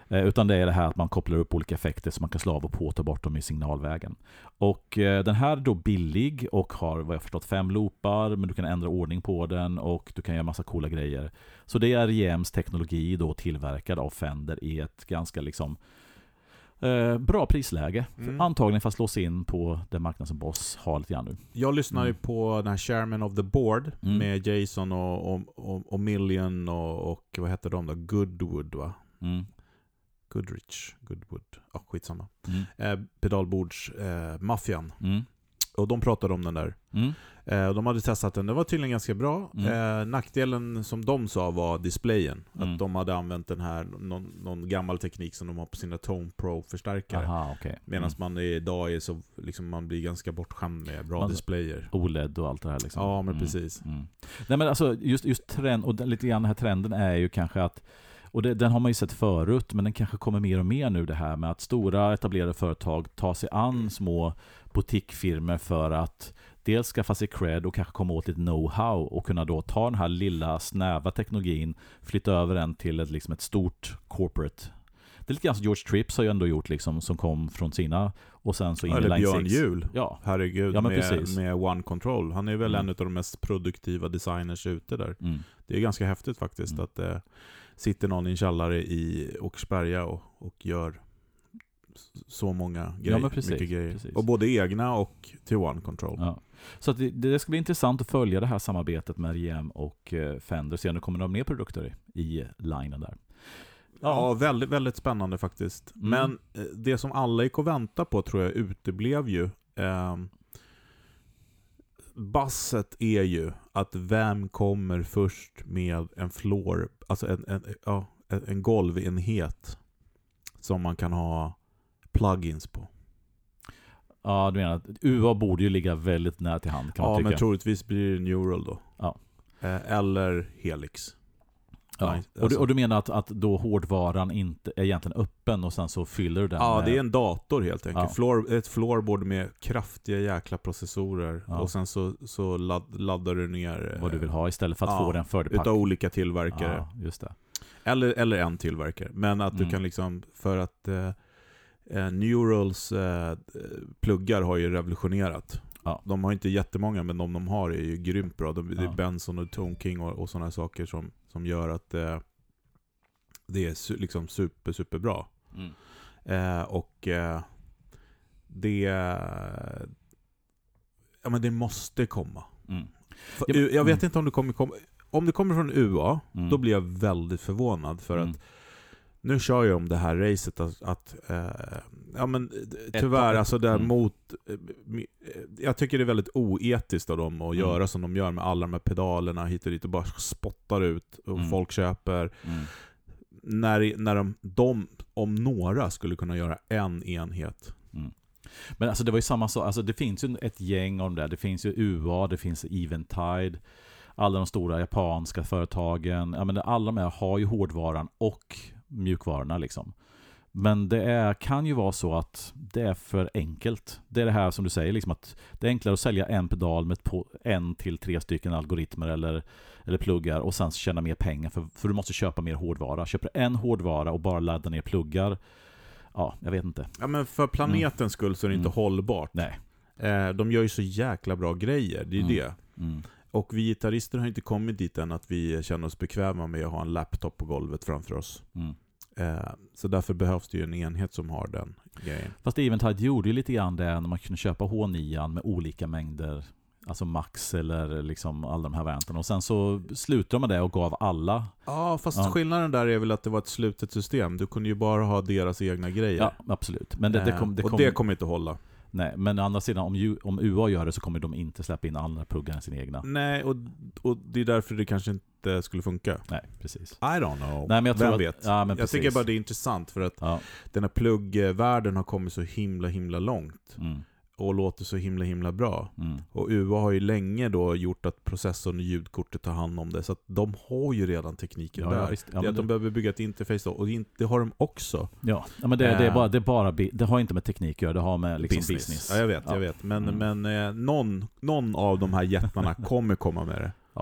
Eh, utan det är det här att man kopplar upp olika effekter så man kan slå av och på och ta bort dem i signalvägen. Och eh, den här är då billig och har vad jag förstått fem loopar, men du kan ändra ordning på den och du kan göra massa coola grejer. Så det är R E M:s teknologi då tillverkad av Fender i ett ganska liksom Eh, bra prisläge. Mm. Antagligen fast slås in på den marknad som Boss har lite grann nu. Jag lyssnar ju mm. på den här Chairman of the Board mm. med Jason och, och, och, och Million och, och vad heter de då? Goodwood va? Mm. Goodrich, Goodwood. Ja, skitsamma. Mm. Eh, pedalbords eh, maffian. Mm. Och de pratade om den där. Mm. Eh, de hade testat den. Det var tydligen ganska bra. Mm. Eh, nackdelen som de sa var displayen. Mm. Att de hade använt den här, någon, någon gammal teknik som de har på sina Tone Pro-förstärkare. Aha, okay. Medan mm. man idag är så, liksom, man blir ganska bortskämd med bra man, displayer. O L E D och allt det här liksom. Ja, men mm. precis. Mm. Nej men alltså, just, just trend, och lite grann den här trenden är ju kanske att, och det, den har man ju sett förut, men den kanske kommer mer och mer nu det här med att stora etablerade företag tar sig an små boutiquefirmor för att dels skaffa sig cred och kanske komma åt lite know-how och kunna då ta den här lilla snäva teknologin, flytta över den till ett, liksom ett stort corporate. Det är lite grann som George Trips har ju ändå gjort liksom, som kom från sina och sen så in Eller i Line Björn sex. Hjul. Ja. Herregud, ja, med, med One Control. Han är väl mm. en av de mest produktiva designers ute där. Mm. Det är ganska häftigt faktiskt mm. att det eh, sitter någon i en källare i Åkersberga och, och gör så många grejer, ja, precis, mycket grejer. Precis. Och både egna och till One Control. Ja. Så att det, det ska bli intressant att följa det här samarbetet med R E M och uh, Fender. Se om det kommer några mer produkter i linen där. Ja, ja väldigt, väldigt spännande faktiskt. Mm. Men eh, det som alla gick och väntade på tror jag uteblev ju. Eh, basset är ju att vem kommer först med en floor, alltså en, en, ja, en, en golvenhet som man kan ha plugins på. Ja, du menar att U A borde ju ligga väldigt nära till hand kan man ja, tycka. men troligtvis blir det Neural då. Ja. Eh, eller Helix. Ja. Nej, alltså. och, du, och du menar att, att då hårdvaran inte är egentligen öppen och sen så fyller du den Ja, med... det är en dator helt enkelt. Ja. Floor, ett floorboard med kraftiga jäkla processorer. Ja. Och sen så, så ladd, laddar du ner... vad du vill ha istället för att ja, få den fördepack. Utav olika tillverkare. Ja, just det. Eller, eller en tillverkare. Men att mm. du kan liksom... För att eh, Neurals eh, pluggar har ju revolutionerat. Ja. De har inte jättemånga, men de de har är ju grymt bra. De, det är ja. Benson och Tone King och, och sådana saker som, som gör att eh, det är su, liksom super, super bra. Mm. Eh, och eh, det ja, men det måste komma. Mm. För, jag vet inte om det kommer komma. Om det kommer från U A, mm. då blir jag väldigt förvånad för mm. att nu kör jag om det här racet att, att eh, ja men tyvärr ett, alltså däremot mm. jag tycker det är väldigt oetiskt av dem att mm. göra som de gör med alla de här pedalerna hit och dit och bara spottar ut och mm. folk köper mm. när, när de, de om några skulle kunna göra en enhet. Mm. Men alltså det var ju samma sak, alltså det finns ju ett gäng av de där, det finns ju U A, det finns Eventide, alla de stora japanska företagen, ja men alla de här har ju hårdvaran och mjukvarorna liksom. Men det är, kan ju vara så att det är för enkelt. Det är det här som du säger, liksom att det är enklare att sälja en pedal med en till tre stycken algoritmer eller, eller pluggar och sen tjäna mer pengar för, för du måste köpa mer hårdvara. Köper en hårdvara och bara ladda ner pluggar, ja, jag vet inte. Ja, men för planetens mm. skull så är det inte mm. hållbart. Nej. Eh, de gör ju så jäkla bra grejer, det är mm. det. Mm. Och vi gitarrister har inte kommit dit än att vi känner oss bekväma med att ha en laptop på golvet framför oss. Mm. Eh, så därför behövs det ju en enhet som har den grejen. Fast Eventide gjorde ju lite grann det när man kunde köpa H nio med olika mängder, alltså max eller liksom alla de här varianterna. Och sen så slutade de med det och gav alla. Ja, fast ja. skillnaden där är väl att det var ett slutet system. Du kunde ju bara ha deras egna grejer. Ja, absolut. Men det, det kom, det och kom, det kommer inte att hålla. Nej, men å andra sidan, om, U, om U A gör det så kommer de inte släppa in alla pluggar än sina egna. Nej, och, och det är därför det kanske inte skulle funka. Nej, precis. I don't know. Nej, men jag tror Vem att, vet? Ja, men jag tycker bara det är intressant för att ja. den här pluggvärlden har kommit så himla, himla långt. Mm. Och låter så himla, himla bra. Mm. Och U A har ju länge då gjort att processorn och ljudkortet tar hand om det. Så att de har ju redan tekniken ja, där. Ja, visst. Ja, det är att det... de behöver bygga ett interface då. Och det har de också. Ja, ja men det, det, är bara, det, är bara, det har inte med teknik att göra. Det har med liksom business. business. Ja, jag vet, ja. jag vet. Men, mm. men eh, någon, någon av de här jättarna kommer komma med det. Ja.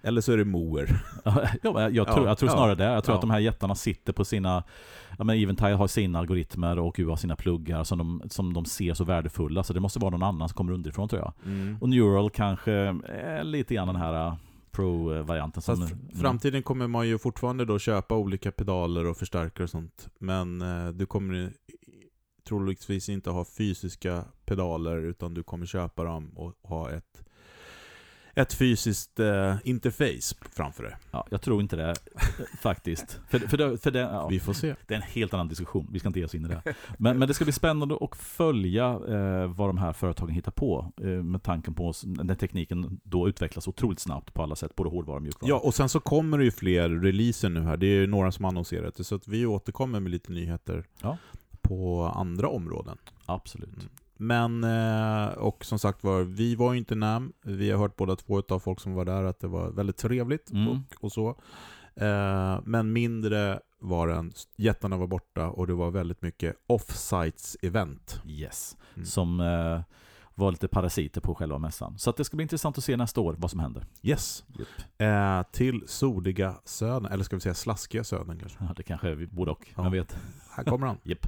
Eller så är det Moer. Ja, jag tror, jag tror snarare ja, det. Jag tror ja. att de här jättarna sitter på sina... Ja, men Eventide har sina algoritmer och U har sina pluggar som de, som de ser så värdefulla. Så det måste vara någon annan som kommer underifrån, tror jag. Mm. Och Neural kanske är lite grann den här Pro-varianten. Som, Fast framtiden kommer man ju fortfarande då köpa olika pedaler och förstärkare och sånt. Men eh, du kommer troligtvis inte ha fysiska pedaler, utan du kommer köpa dem och ha ett ett fysiskt eh, interface framför det. Ja, jag tror inte det faktiskt. För, för det, för det, ja, Vi får se. Det är en helt annan diskussion. Vi ska inte ge oss in i det. Men, men det ska bli spännande att följa eh, vad de här företagen hittar på eh, med tanken på oss, när tekniken då utvecklas otroligt snabbt på alla sätt, både hårdvara och mjukvara. Ja, och sen så kommer det ju fler releaser nu här. Det är ju några som annonserat det, så att vi återkommer med lite nyheter ja. på andra områden. Absolut. Mm. Men, och som sagt var, vi var ju inte nam. Vi har hört båda två av folk som var där att det var väldigt trevligt mm. och, och så. Men mindre var den, jättarna var borta och det var väldigt mycket off-sites event. Yes, mm. som eh, var lite parasiter på själva mässan. Så att det ska bli intressant att se nästa år vad som händer. Yes. Yep. Eh, till soliga södern, eller ska vi säga slaskiga södern kanske? Ja, det kanske är både och, ja. man vet. Här kommer han. Japp.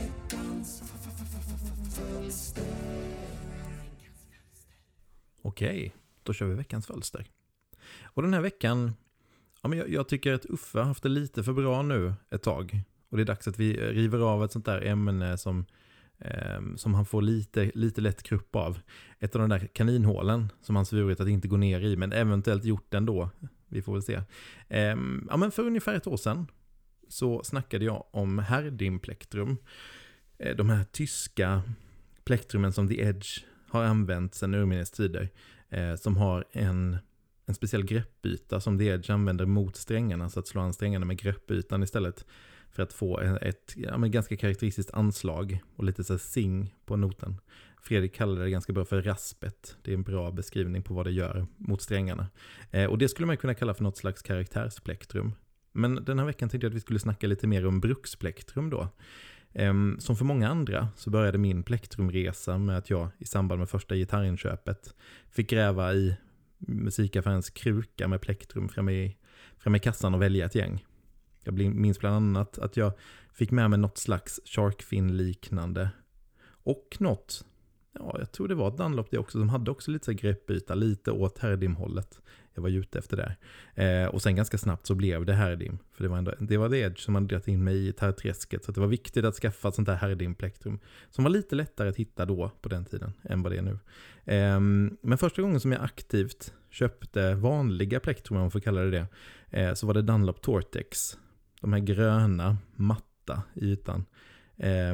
Okej, då kör vi veckans fölster. Och den här veckan, ja, men jag, jag tycker att Uffe har haft det lite för bra nu ett tag. Och det är dags att vi river av ett sånt där ämne som, eh, som han får lite, lite lätt krupp av. Ett av de där kaninhålen som han svurit att inte gå ner i, men eventuellt gjort den då. Vi får väl se. Eh, ja, men för ungefär ett år sedan så snackade jag om Herdim plektrum. Eh, de här tyska plektrumen som The Edge har använt sedan urminnes tider, eh, som har en, en speciell greppyta som The Edge använder mot strängarna, så att slå an strängarna med greppytan istället för att få ett, ett ja, men ganska karaktäristiskt anslag och lite så här sing på noten. Fredrik kallar det ganska bra för raspet. Det är en bra beskrivning på vad det gör mot strängarna. Eh, och det skulle man kunna kalla för något slags karaktärsplektrum. Men den här veckan tänkte jag att vi skulle snacka lite mer om bruksplektrum då. Um, som för många andra så började min plektrumresa med att jag i samband med första gitarrinköpet fick gräva i musikaffärens kruka med plektrum framme i, framme i kassan och välja ett gäng. Jag minns bland annat att jag fick med mig något slags Sharkfin-liknande och något, ja jag tror det var ett Dunlop det också, som hade också lite så greppyta, lite åt Herdim-hållet. Jag var ute efter det. Eh, och sen ganska snabbt så blev det Herdim. För det var, ändå, det var The Edge som hade dragit in mig i gitarrträsket. Så det var viktigt att skaffa ett sånt här Herdim-plektrum. Som var lite lättare att hitta då på den tiden än vad det är nu. Eh, men första gången som jag aktivt köpte vanliga plektrum, om man får kalla det det. Eh, så var det Dunlop Tortex. De här gröna, matta i ytan. Eh,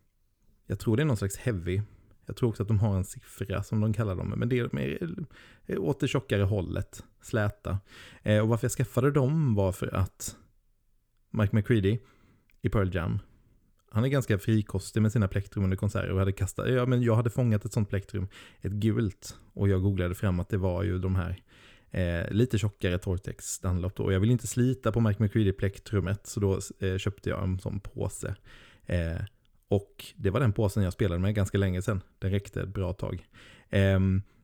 jag tror det är någon slags heavy. Jag tror också att de har en siffra som de kallar dem. Men det är mer åt det tjockare hållet. Släta. Eh, och varför jag skaffade dem var för att Mike McCready i Pearl Jam, han är ganska frikostig med sina plektrum under konserter och hade kastat, ja, men jag hade fångat ett sånt plektrum, ett gult, och jag googlade fram att det var ju de här eh, lite tjockare Tortex Dunlop då. Och jag ville inte slita på Mike McCready plektrumet, så då eh, köpte jag en sån påse. Eh, och det var den påsen jag spelade med ganska länge sedan. Den räckte ett bra tag. Eh,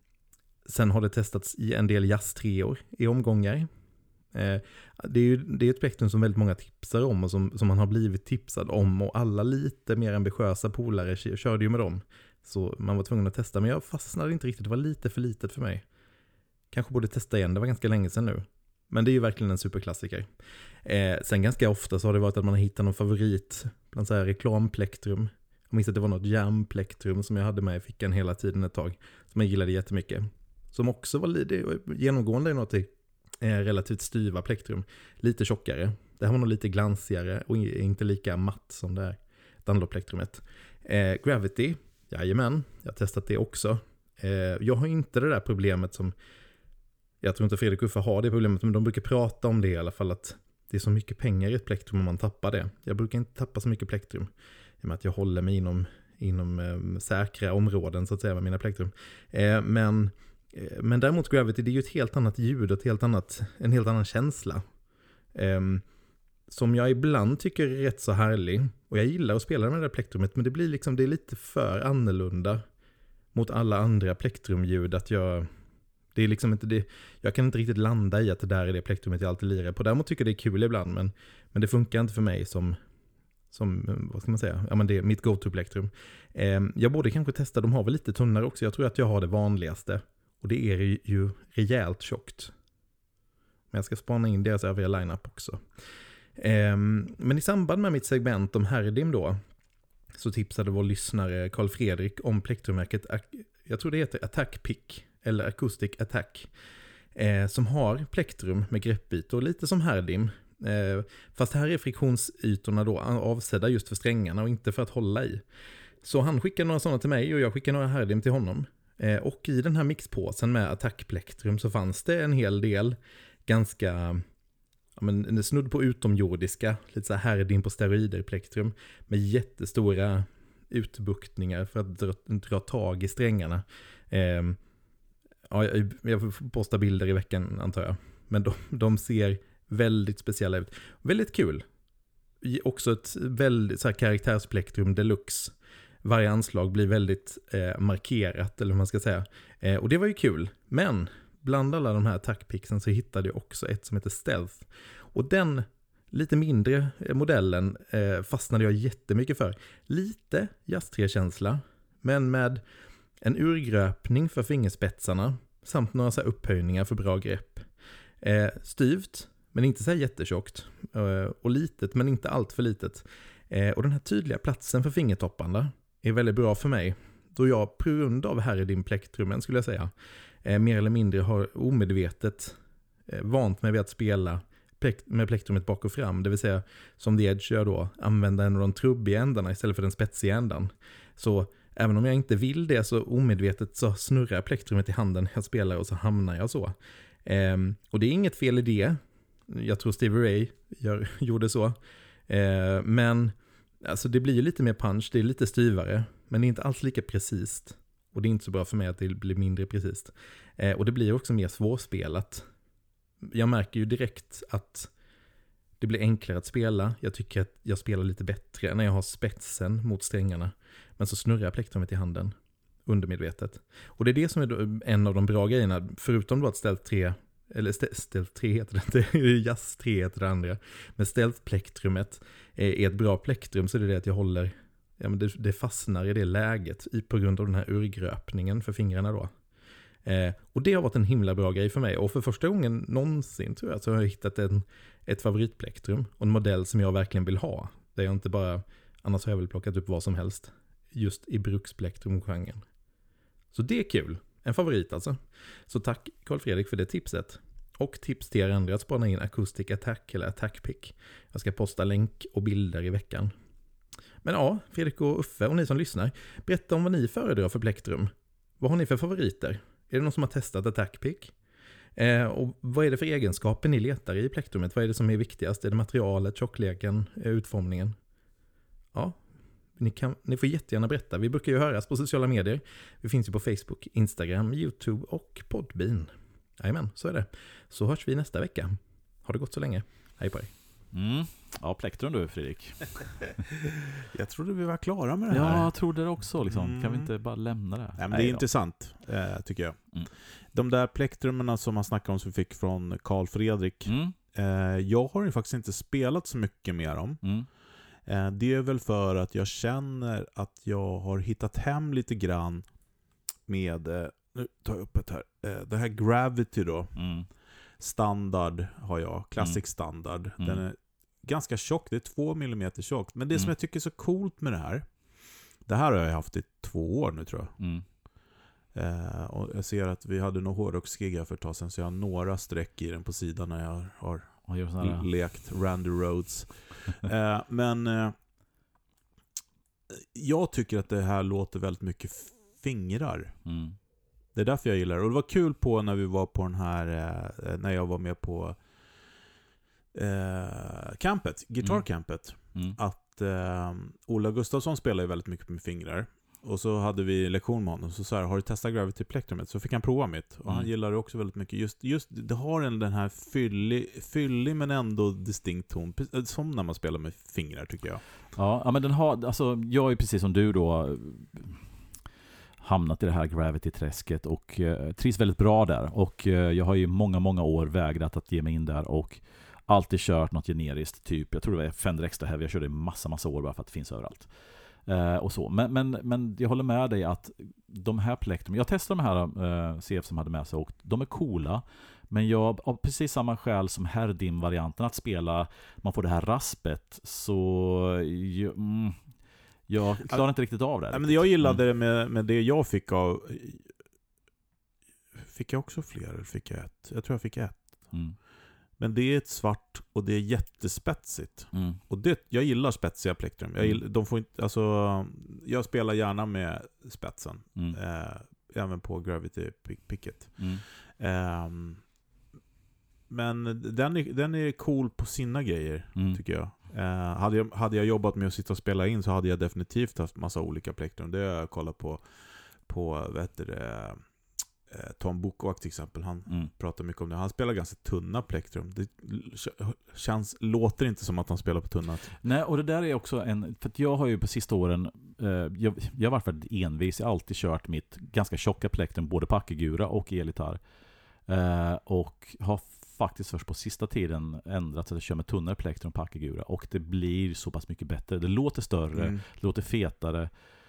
sen har det testats i en del jazztreor i omgångar. Eh, det är ju det är ett plektrum som väldigt många tipsar om och som, som man har blivit tipsad om, och alla lite mer ambitiösa polare körde ju med dem. Så man var tvungen att testa, men jag fastnade inte riktigt. Det var lite för litet för mig. Kanske borde testa igen, det var ganska länge sedan nu. Men det är ju verkligen en superklassiker. Eh, sen ganska ofta så har det varit att man har hittat någon favorit bland så här reklamplektrum. Jag minns att det var något jamplektrum som jag hade med i fickan hela tiden ett tag, som jag gillade jättemycket. Som också var lite genomgående i något eh, relativt styva plektrum. Lite tjockare. Det här var nog lite glansigare och inte lika matt som det här Dunlop-plektrumet. Eh, Gravity, jajamän, jag har testat det också. Eh, jag har inte det där problemet som, jag tror inte Fredrik Uffe har det problemet, men de brukar prata om det i alla fall, att det är så mycket pengar i ett plektrum om man tappar det. Jag brukar inte tappa så mycket plektrum, i och med att jag håller mig inom, inom eh, säkra områden så att säga med mina plektrum. Eh, men, eh, men däremot Gravity, det är ju ett helt annat ljud och ett helt annat, en helt annan känsla. Eh, som jag ibland tycker är rätt så härlig. Och jag gillar att spela med det där plektrumet, men det blir liksom, det är lite för annorlunda mot alla andra plektrumljud, att jag, Det är liksom inte det, jag kan inte riktigt landa i att det där är det plektrumet jag alltid lirar på. Däremot tycker jag det är kul ibland, men, men det funkar inte för mig som, som vad ska man säga, ja men det är mitt go-to-plektrum. Eh, jag borde kanske testa, de har väl lite tunnare också. Jag tror att jag har det vanligaste. Och det är ju rejält tjockt. Men jag ska spana in deras övriga lineup också. Eh, men i samband med mitt segment om Herdim då, så tipsade vår lyssnare Carl Fredrik om plektrumärket, jag tror det heter Attack Pick eller Acoustic Attack, eh, som har plektrum med greppytor, lite som Herdim. Eh, fast här är friktionsytorna då avsedda just för strängarna och inte för att hålla i. Så han skickade några sådana till mig och jag skickade några Herdim till honom. Eh, och i den här mixpåsen med Attack-plektrum så fanns det en hel del ganska, ja men snudd på utomjordiska, lite så här Herdim på steroider plektrum med jättestora utbuktningar för att dra, dra tag i strängarna. Eh, ja, jag, jag får posta bilder i veckan antar jag. Men de, de ser väldigt speciella ut. Väldigt kul. Också ett väldigt så här karaktärsplektrum deluxe. Varje anslag blir väldigt eh, markerat, eller hur man ska säga. Eh, och det var ju kul. Men bland alla de här attackpixen så hittade jag också ett som heter Stealth. Och den lite mindre modellen eh, fastnade jag jättemycket för. Lite jazz tre-känsla, men med en urgröpning för fingerspetsarna samt några så här upphöjningar för bra grepp. Eh, styvt, men inte så här jättetjockt. Eh, och litet, men inte allt för litet. Eh, och den här tydliga platsen för fingertopparna är väldigt bra för mig. Då jag på grund av Herdim plektrumen skulle jag säga, eh, mer eller mindre har omedvetet eh, vant mig vid att spela plekt- med plektrumet bak och fram. Det vill säga, som The Edge gör då, använda en av de trubbiga ändarna istället för den spetsiga ändan. Så även om jag inte vill det så omedvetet så snurrar plektrumet i handen när jag spelar och så hamnar jag så. Eh, och det är inget fel i det. Jag tror Stevie Ray gör, gjorde så. Eh, men alltså det blir ju lite mer punch, det är lite styvare, men det är inte alls lika precis. Och det är inte så bra för mig att det blir mindre precis. Eh, och det blir också mer svårspelat. Jag märker ju direkt att det blir enklare att spela. Jag tycker att jag spelar lite bättre när jag har spetsen mot strängarna. Men så snurrar jag plektrumet i handen undermedvetet. Och det är det som är en av de bra grejerna, förutom då att Stealth tre, eller Stealth tre heter det inte, Jazz tre heter det andra. Men Stealth-plektrumet är ett bra plektrum, så det är det att jag håller, ja men det, det fastnar i det läget i, på grund av den här urgröpningen för fingrarna då. Eh, och det har varit en himla bra grej för mig. Och för första gången någonsin tror jag så har jag hittat en, ett favoritplektrum och en modell som jag verkligen vill ha. Där jag inte bara, annars har jag väl plockat upp vad som helst just i bruksplektrum-genren. Så det är kul. En favorit alltså. Så tack Carl Fredrik för det tipset. Och tips till er andra att spana in Acoustic Attack eller Attack Pick. Jag ska posta länk och bilder i veckan. Men ja, Fredrik och Uffe och ni som lyssnar, berätta om vad ni föredrar för plektrum. Vad har ni för favoriter? Är det någon som har testat Attack Pick? Eh, och vad är det för egenskaper ni letar i plektrumet? Vad är det som är viktigast? Är det materialet, tjockleken, utformningen? Ja, ni, kan, ni får jättegärna berätta. Vi brukar ju höras på sociala medier. Vi finns ju på Facebook, Instagram, YouTube och Podbean. Jajamän, så är det. Så hörs vi nästa vecka. Ha det gott så länge. Hej på dig. Mm. Ja, plektrum du Fredrik. Jag trodde vi var klara med det här. Ja, jag trodde det också. Liksom. Mm. Kan vi inte bara lämna det? Nej, men Nej, det är då. intressant, eh, tycker jag. Mm. De där plektrumerna som man snackade om som vi fick från Carl Fredrik. Mm. Eh, jag har ju faktiskt inte spelat så mycket med dem. Mm. Eh, det är väl för att jag känner att jag har hittat hem lite grann med, eh, nu tar jag upp ett här, eh, det här Gravity då. Mm. Standard har jag, Classic Mm. Standard. Mm. Den är ganska tjock, det är två millimeter tjockt. Men det Mm. som jag tycker är så coolt med det här, det här har jag haft i två år nu tror jag. Mm. Eh, och jag ser att vi hade nog hårdrocksgig här för ett tag sedan, så jag har några streck i den på sidan när jag har Och gör såna här- lekt Randy Rhoads. eh, men eh, jag tycker att det här låter väldigt mycket fingrar. Mm. Det är därför jag gillar det. Och det var kul på när vi var på den här, eh, när jag var med på eh, campet, gitarrcampet, Mm. att eh, Ola Gustafsson spelar ju väldigt mycket med fingrar. Och så hade vi lektion med honom, så sa jag, har du testat Gravity plektrumet? Så fick han prova mitt. Och Mm. han gillar det också väldigt mycket. Just, just det har en, den här fyllig, fyllig men ändå distinkt ton, som när man spelar med fingrar tycker jag. Ja, ja, men den har, alltså jag är precis som du då, hamnat i det här Gravity-träsket och eh, trivs väldigt bra där. Och eh, jag har ju många, många år vägrat att ge mig in där och alltid kört något generiskt typ. Jag tror det var Fender Extra Heavy. Jag körde i massa, massa år bara för att det finns överallt. Eh, och så. Men, men, men jag håller med dig att de här plektrum, jag testade de här eh, C F som hade med sig och de är coola. Men jag, av precis samma skäl som Herdim-varianten att spela, man får det här raspet, så ju, mm, jag klarar inte riktigt av det. Ja, men jag gillade mm. det med, med det jag fick av... Fick jag också fler eller fick jag ett? Jag tror jag fick ett. Mm. Men det är ett svart och det är jättespetsigt. Mm. Och det, jag gillar spetsiga plektrum. Jag, gillar, de får inte, alltså, jag spelar gärna med spetsen. Mm. Eh, även på Gravity Picket. Mm. Eh, men den är, den är cool på sina grejer, mm. tycker jag. Eh, hade jag. Hade jag jobbat med att sitta och spela in så hade jag definitivt haft massa olika plektrum. Det har jag kollat på, på vad heter det, Tom Bukowak till exempel. Han mm. pratar mycket om det. Han spelar ganska tunna plektrum. Det känns, låter inte som att han spelar på tunna. Nej, och det där är också en... För att jag har ju på sista åren... Eh, jag, jag har varit väldigt envis. Jag har alltid kört mitt ganska tjocka plektrum både på Akigura och elgitarr. Eh, och har faktiskt först på sista tiden ändrat så att jag kör med tunnare plektrum på Akigura. Och det blir så pass mycket bättre. Det låter större, mm. det låter fetare.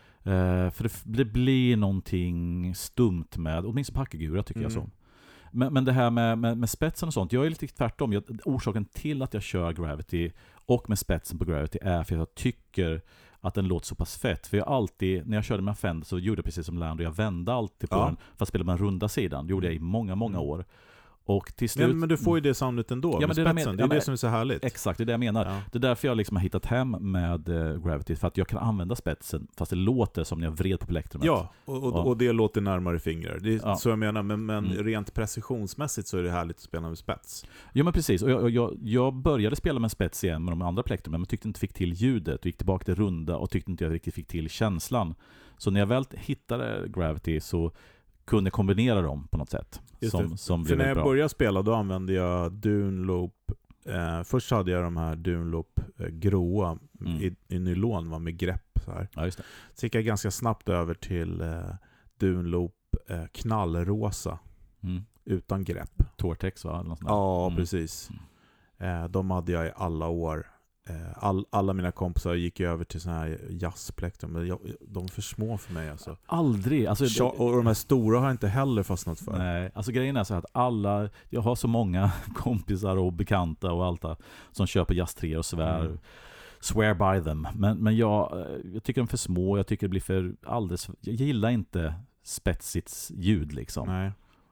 Uh, för det, det blir någonting stumt med, åtminstone Akigura tycker mm. jag så. Men, men det här med, med, med spetsen och sånt, jag är lite tvärtom. Jag, orsaken till att jag kör Gravity och med spetsen på Gravity är för att jag tycker att den låter så pass fett. För jag alltid, när jag körde med Fender så gjorde jag precis som Land och jag vände alltid på ja. den för att spela med den runda sidan. Det gjorde jag i många, många år. Och till slut... men, men du får ju det soundet ändå ja, med men det spetsen. Men, det är ja, men, det som är så härligt. Exakt, det är det jag menar. Ja. Det är därför jag liksom har hittat hem med uh, Gravity. För att jag kan använda spetsen fast det låter som när jag vred på plektrumet. Ja, och, och, ja. och det låter närmare fingrar. Det är ja. så jag menar. Men, men mm. rent precisionsmässigt så är det härligt att spela med spets. Ja, men precis. Och jag, jag, jag började spela med spets igen med de andra plektrumen. Men tyckte inte fick till ljudet. Och gick tillbaka till runda och tyckte inte jag riktigt fick till känslan. Så när jag väl hittade Gravity så kunde kombinera dem på något sätt. Som, som För när jag bra. började spela då använde jag Dune Loop. Eh, först hade jag de här Dune Loop eh, gråa mm. i, i nylon va, med grepp. Så, här. Ja, just det. Så gick jag ganska snabbt över till eh, Dune Loop eh, knallrosa. Mm. Utan grepp. Tortex va? Eller något sånt där. Ja, mm. precis. Eh, de hade jag i alla år. All, alla mina kompisar gick över till såna här jazzplektrum, men jag, de är för små för mig alltså. Aldrig. Alltså, Tja, och de här stora har jag inte heller fastnat för. Nej, alltså grejen är så att alla, jag har så många kompisar och bekanta och allt där, som köper jazz tre och svär, mm. swear by them. Men, men jag, jag tycker de är för små, jag tycker det blir för alldeles, jag gillar inte spetsigt ljud liksom. Nej.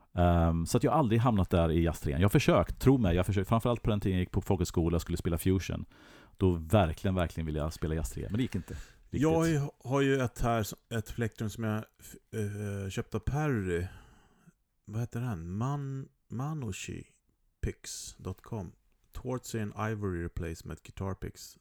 Um, så att jag aldrig hamnat där i jazz tre. Jag har försökt, tro mig, jag har försökt, framförallt på den tiden jag gick på folkhögskola och skulle spela fusion. Då verkligen, verkligen ville jag spela jazz tre, men det gick inte. Riktigt. Jag har ju ett här, ett plektrum som jag uh, köpte av Perry. Vad heter den? Man, Manoshi Picks dot com. Towards an Ivory Replacement Guitar Picks.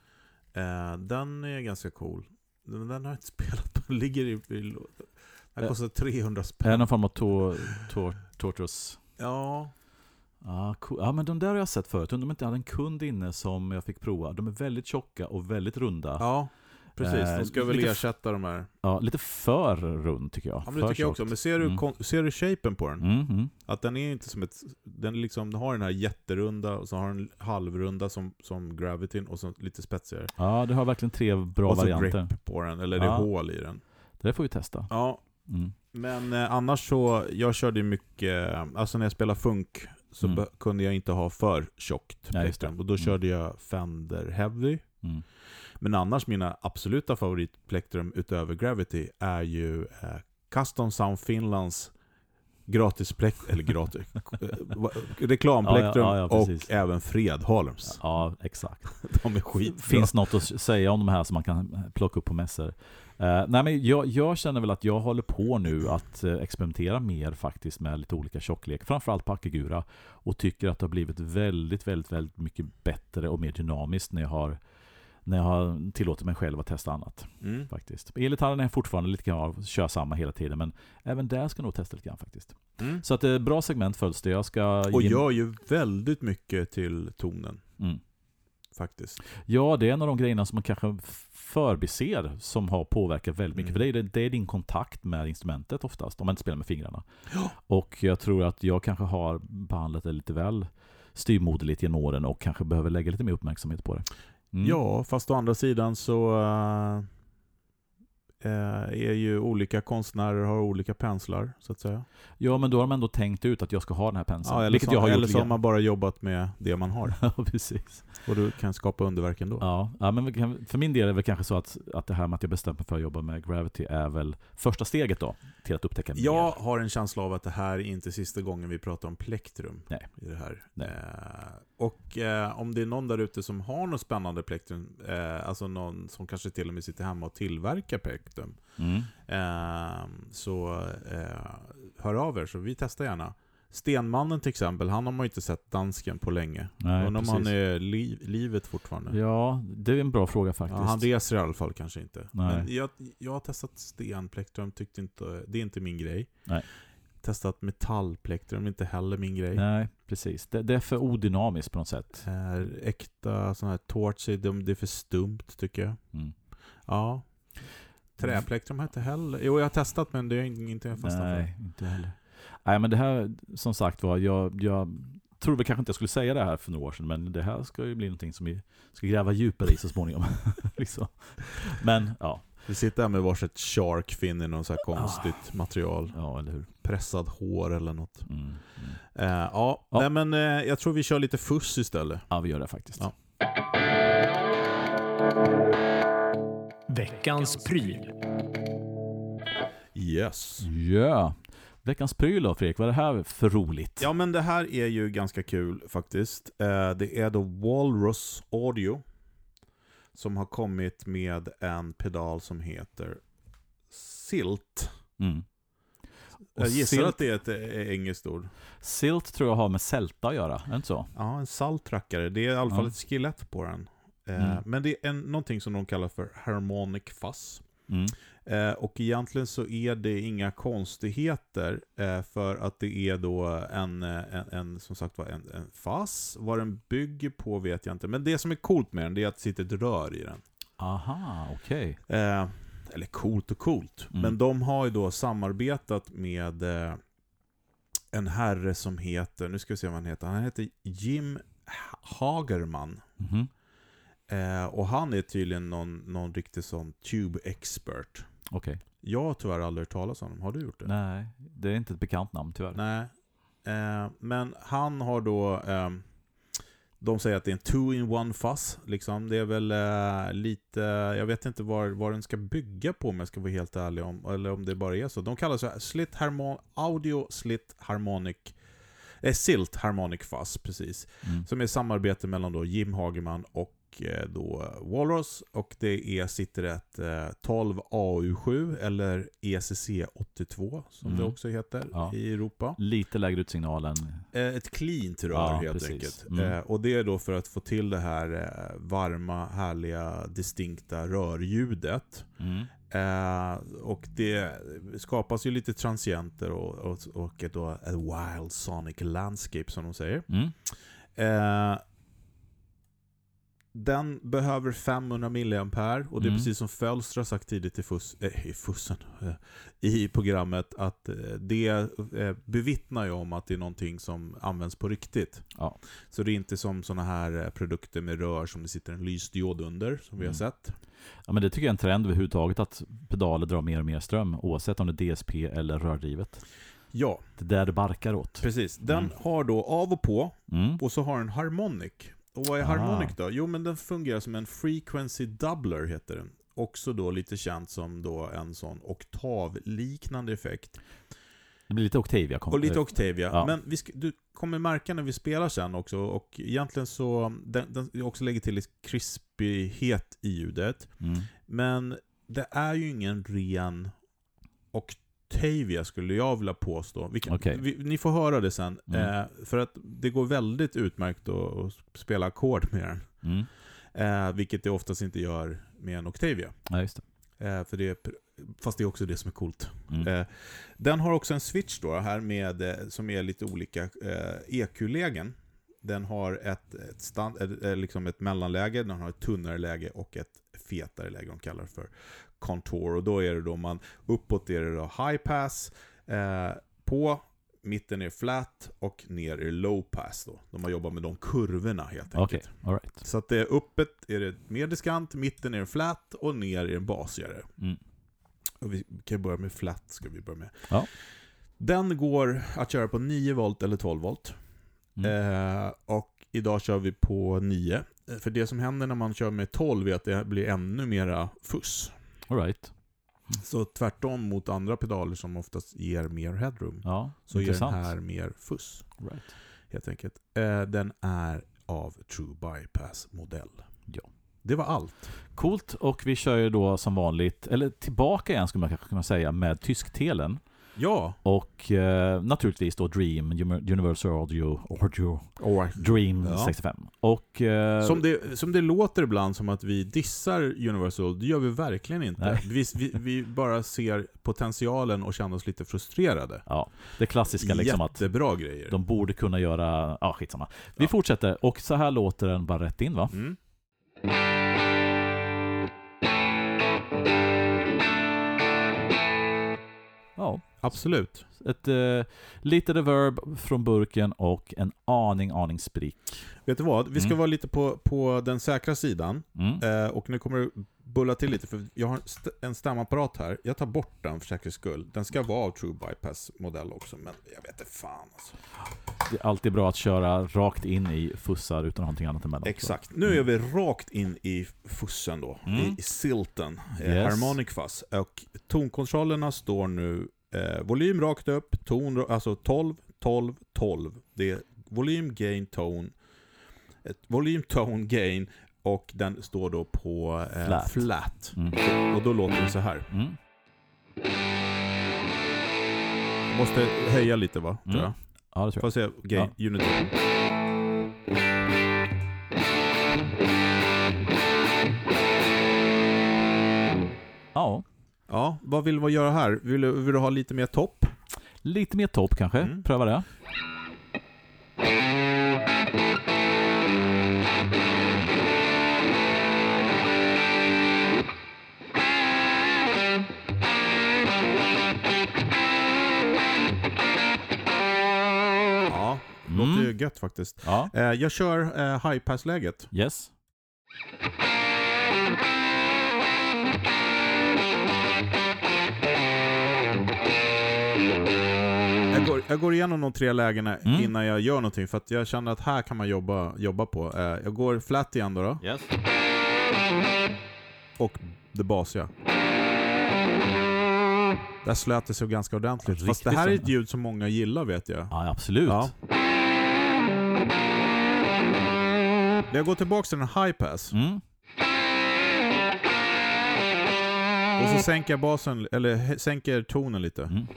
Uh, den är ganska cool. Den, den har jag inte spelat på. Den ligger i... i den kostar trehundra spänn. Är någon form av to, to, tortoise? Ja. Ah, cool. Ja, men de där har jag sett förut. Undrar om inte hade en kund inne som jag fick prova. De är väldigt tjocka och väldigt runda. Ja, precis. Eh, de ska väl ersätta de här. Ja, lite för rund tycker jag. Ja, men det tycker jag också. Men ser du, mm. ser du shapen på den? Mm, mm. Att den är inte som ett... Den, liksom, den har den här jätterunda och så har den halvrunda som, som Gravity och så lite spetsigare. Ja, det har verkligen tre bra och så varianter. Grip på den, eller det är ja. hål i den. Det får vi testa. Ja. Mm. Men eh, annars så, jag körde ju mycket, alltså när jag spelade funk så mm. be, kunde jag inte ha för tjockt plektrum. Och då mm. körde jag Fender Heavy. Mm. Men annars mina absoluta favoritplektrum utöver Gravity är ju eh, Custom Sound Finlands gratis plektrum, eller gratis, reklamplektrum ja, ja, ja, och även Fredholms. Ja, exakt. De är skitbra. Finns något att säga om de här som man kan plocka upp på mässor. Uh, nej, men jag, jag känner väl att jag håller på nu att uh, experimentera mer faktiskt med lite olika tjocklek, framförallt på Akigura, och tycker att det har blivit väldigt, väldigt, väldigt mycket bättre och mer dynamiskt när jag har när jag har tillåtit mig själv att testa annat. Mm. Faktiskt. Elgitarren är fortfarande lite grann att köra samma hela tiden, men även där ska jag nog testa lite grann faktiskt. Mm. Så att det är bra segment följs det. Jag ska och ge... gör ju väldigt mycket till tonen. Mm. faktiskt. Ja, det är en av de grejerna som man kanske förbiser som har påverkat väldigt mycket. Mm. För det är, det är din kontakt med instrumentet oftast, om man inte spelar med fingrarna. Ja. Och jag tror att jag kanske har behandlat det lite väl styrmoderligt genom åren och kanske behöver lägga lite mer uppmärksamhet på det. Mm. Ja, fast å andra sidan så uh, är ju olika konstnärer har olika penslar, så att säga. Ja, men då har de ändå tänkt ut att jag ska ha den här penseln. Ja, eller vilket så, jag har eller gjort så har man bara jobbat med det man har. Ja, precis. Och du kan skapa underverk ändå. Ja, ja, men för min del är det väl kanske så att, att det här med att jag bestämt mig för att jobba med Gravity är väl första steget då till att upptäcka mer. Jag har en känsla av att det här är inte sista gången vi pratar om plektrum. Nej. I det här. Nej. Eh, och eh, om det är någon där ute som har något spännande plektrum, eh, alltså någon som kanske till och med sitter hemma och tillverkar plektrum, Mm. eh, så eh, hör av er, så vi testar gärna. Stenmannen till exempel, han har man ju inte sett dansken på länge. Nej, undrar om precis. han är li- livet fortfarande. Ja, det är en bra fråga faktiskt. Ja, han reser i alla fall kanske inte. Nej. Men jag, jag har testat stenplektrum, tyckte inte, det är inte min grej. Nej. Testat metallplektrum, inte heller min grej. Nej, precis. Det, det är för odynamiskt på något sätt. Är äkta sån här torch, det är för stumt tycker jag. Mm. Ja. Träplektrum har inte heller. Jo, jag har testat, men det är ingenting jag fastnat för. Nej, inte heller. Nej, men det här, som sagt var, jag, jag tror väl kanske inte jag skulle säga det här för några år sedan, men det här ska ju bli någonting som vi ska gräva djupare i så småningom. liksom. Men, ja. Vi sitter här med varsitt shark fin i någon så här konstigt ah. material. Ja, eller hur? Pressad hår eller något. Mm, mm. Uh, ja, ja. Nej, men uh, jag tror vi kör lite fuss istället. Ja, vi gör det faktiskt. Ja. Veckans pryl. Yes. Ja. Yeah. Veckans pryl då, Fredrik. Vad är det här för roligt? Ja, men det här är ju ganska kul faktiskt. Uh, det är då Walrus Audio som har kommit med en pedal som heter Silt. Mm. Jag gissar silt, att det är ett äh, engelskt ord. Silt tror jag har med sälta att göra, är det inte så? Ja, en saltrackare. Det är i alla fall Ja. ett skelett på den. Mm. Eh, men det är en, någonting som de kallar för harmonic fuzz. Mm. Eh, och egentligen så är det inga konstigheter eh, för att det är då en, en, en som sagt var en, en fuzz. Vad den bygger på vet jag inte. Men det som är coolt med den, det är att det sitter ett rör i den. Aha, okej. Okay. Eh, eller coolt och coolt. Mm. Men de har ju då samarbetat med eh, en herre som heter, nu ska vi se vad han heter. Han heter Jim Hagerman. Mm-hmm. Eh, och han är tydligen någon, någon riktig sån tube expert. Okej. Okay. Jag har tyvärr aldrig hört talas om honom. Har du gjort det? Nej, det är inte ett bekant namn tyvärr. Nej. Eh, men han har då eh, de säger att det är en two-in-one fuzz. Liksom. Det är väl eh, lite, jag vet inte vad, vad den ska bygga på om jag ska vara helt ärlig om, eller om det bara är så. De kallar det slit harmon, audio slit harmonic eh, silt harmonic fuzz, precis. Mm. Som är samarbete mellan då Jim Hagerman och då Walrus, och det är sitter ett eh, tolv A U sju eller E C C åttiotvå som mm. det också heter ja. i Europa. Lite lägre ut signalen. Eh, ett cleant rör ja, helt precis. enkelt. Mm. Eh, och det är då för att få till det här eh, varma, härliga, distinkta rörljudet. Mm. Eh, och det skapas ju lite transienter och, och, och ett då a wild sonic landscape som de säger. Mm. Eh, Den behöver femhundra milliampere och det är Mm. precis som Fölster har sagt tidigt i, fuss, äh, i fussen äh, i programmet att äh, det äh, bevittnar ju om att det är någonting som används på riktigt. Ja. Så det är inte som såna här äh, produkter med rör som det sitter en lysdiod under som vi har Mm. sett. Ja, men det tycker jag är en trend överhuvudtaget att pedaler drar mer och mer ström oavsett om det är D S P eller rördrivet. Ja, Det är där det barkar åt. precis. Den Mm. har då av och på Mm. och så har den harmonic. Och vad är Ah. harmonic då? Jo, men den fungerar som en frequency doubler heter den. Också då lite känt som då en sån oktavliknande effekt. Det blir lite Octavia. Och lite Octavia. Ja. Men vi ska, du kommer märka när vi spelar sen också. Och egentligen så den, den också lägger till lite krispighet i ljudet. Mm. Men det är ju ingen ren Octavia skulle jag vilja påstå. Vi kan, Okay. vi, ni får höra det sen. Mm. Eh, för att det går väldigt utmärkt att, att spela ackord med den. Mm. Eh, vilket det oftast inte gör med en Octavia. Ja, just det. Eh, för det är, fast det är också det som är coolt. Mm. Eh, den har också en switch då här med, eh, som är lite olika eh, E Q-lägen. Den har ett, ett, stand, ett, liksom ett mellanläge, den har ett tunnare läge och ett fetare läge, de kallar det för contour. Och då är det då man, uppåt är det då high pass, eh, på mitten är flat och ner är low pass då. De har jobbat med de kurvorna helt enkelt. Okay. All right. Så att det är uppåt är det mer diskant, mitten är det flat och ner är det basigare. Mm. Och vi kan börja med flat, ska vi börja med. Ja. Den går att köra på nio volt eller tolv volt. Mm. Eh, och idag kör vi på nio. För det som händer när man kör med tolv är att det blir ännu mera fuss. All right. Så tvärtom mot andra pedaler som oftast ger mer headroom, ja, så intressant. ger den här mer fuss. Right. Helt enkelt. Eh, den är av True Bypass-modell. Ja. Det var allt. Coolt, och vi kör ju då som vanligt, eller tillbaka igen skulle man kanske kunna säga, med tysktelen. Ja. Och eh, naturligtvis då Dream, Universal Audio, Audio oh, Dream ja. sextiofem. Och, eh, som, det, som det låter ibland som att vi dissar Universal, det gör vi verkligen inte. Vi, vi, vi bara ser potentialen och känner oss lite frustrerade. Ja, det klassiska liksom att jättebra grejer. De borde kunna göra, ja skitsamma. Vi ja. fortsätter, och så här låter den bara rätt in, va? Mm. Ja. Absolut. Ett eh, lite reverb från burken och en aning, aning sprick. Vet du vad? Vi ska mm. vara lite på, på den säkra sidan. Mm. Eh, och nu kommer det bulla till lite, för jag har st- en stämapparat här. Jag tar bort den för säkerhets skull. Den ska vara av True Bypass-modell också, men jag vet inte fan alltså. Det är alltid bra att köra rakt in i fussar utan någonting annat emellan. Exakt. Nu mm. är vi rakt in i fussen då. Mm. I, i silten. Eh, yes. Harmonic fuzz. Och tonkontrollerna står nu eh, volym rakt upp, ton, alltså tolv, tolv, tolv. Det är volym, gain, tone. Ett volym, tone, gain. Och den står då på eh, flat. flat. Mm. Och då låter det så här. Mm. Jag måste höja lite, va? Mm. Tror jag. Ja, det tror jag. Får se gain, ja. Unity. Ja. Ja, vad vill vi göra här? Vill du, vill du ha lite mer topp? Lite mer topp kanske. Mm. Pröva det. Ja, låter mm. ju gött faktiskt. Ja. Eh, jag kör eh, high pass-läget. Yes. Jag går, jag går igenom de tre lägena mm. innan jag gör någonting, för att jag känner att här kan man jobba, jobba på. Eh, jag går flat igen då. då. Yes. Och det basiga. Där slöt det sig ganska ordentligt. Riktigt. Fast det här är ett ljud som många gillar, vet jag. Ja, absolut. Ja. Jag går tillbaka till den high pass. Mm. Och så sänker jag basen, eller sänker tonen lite. Mm.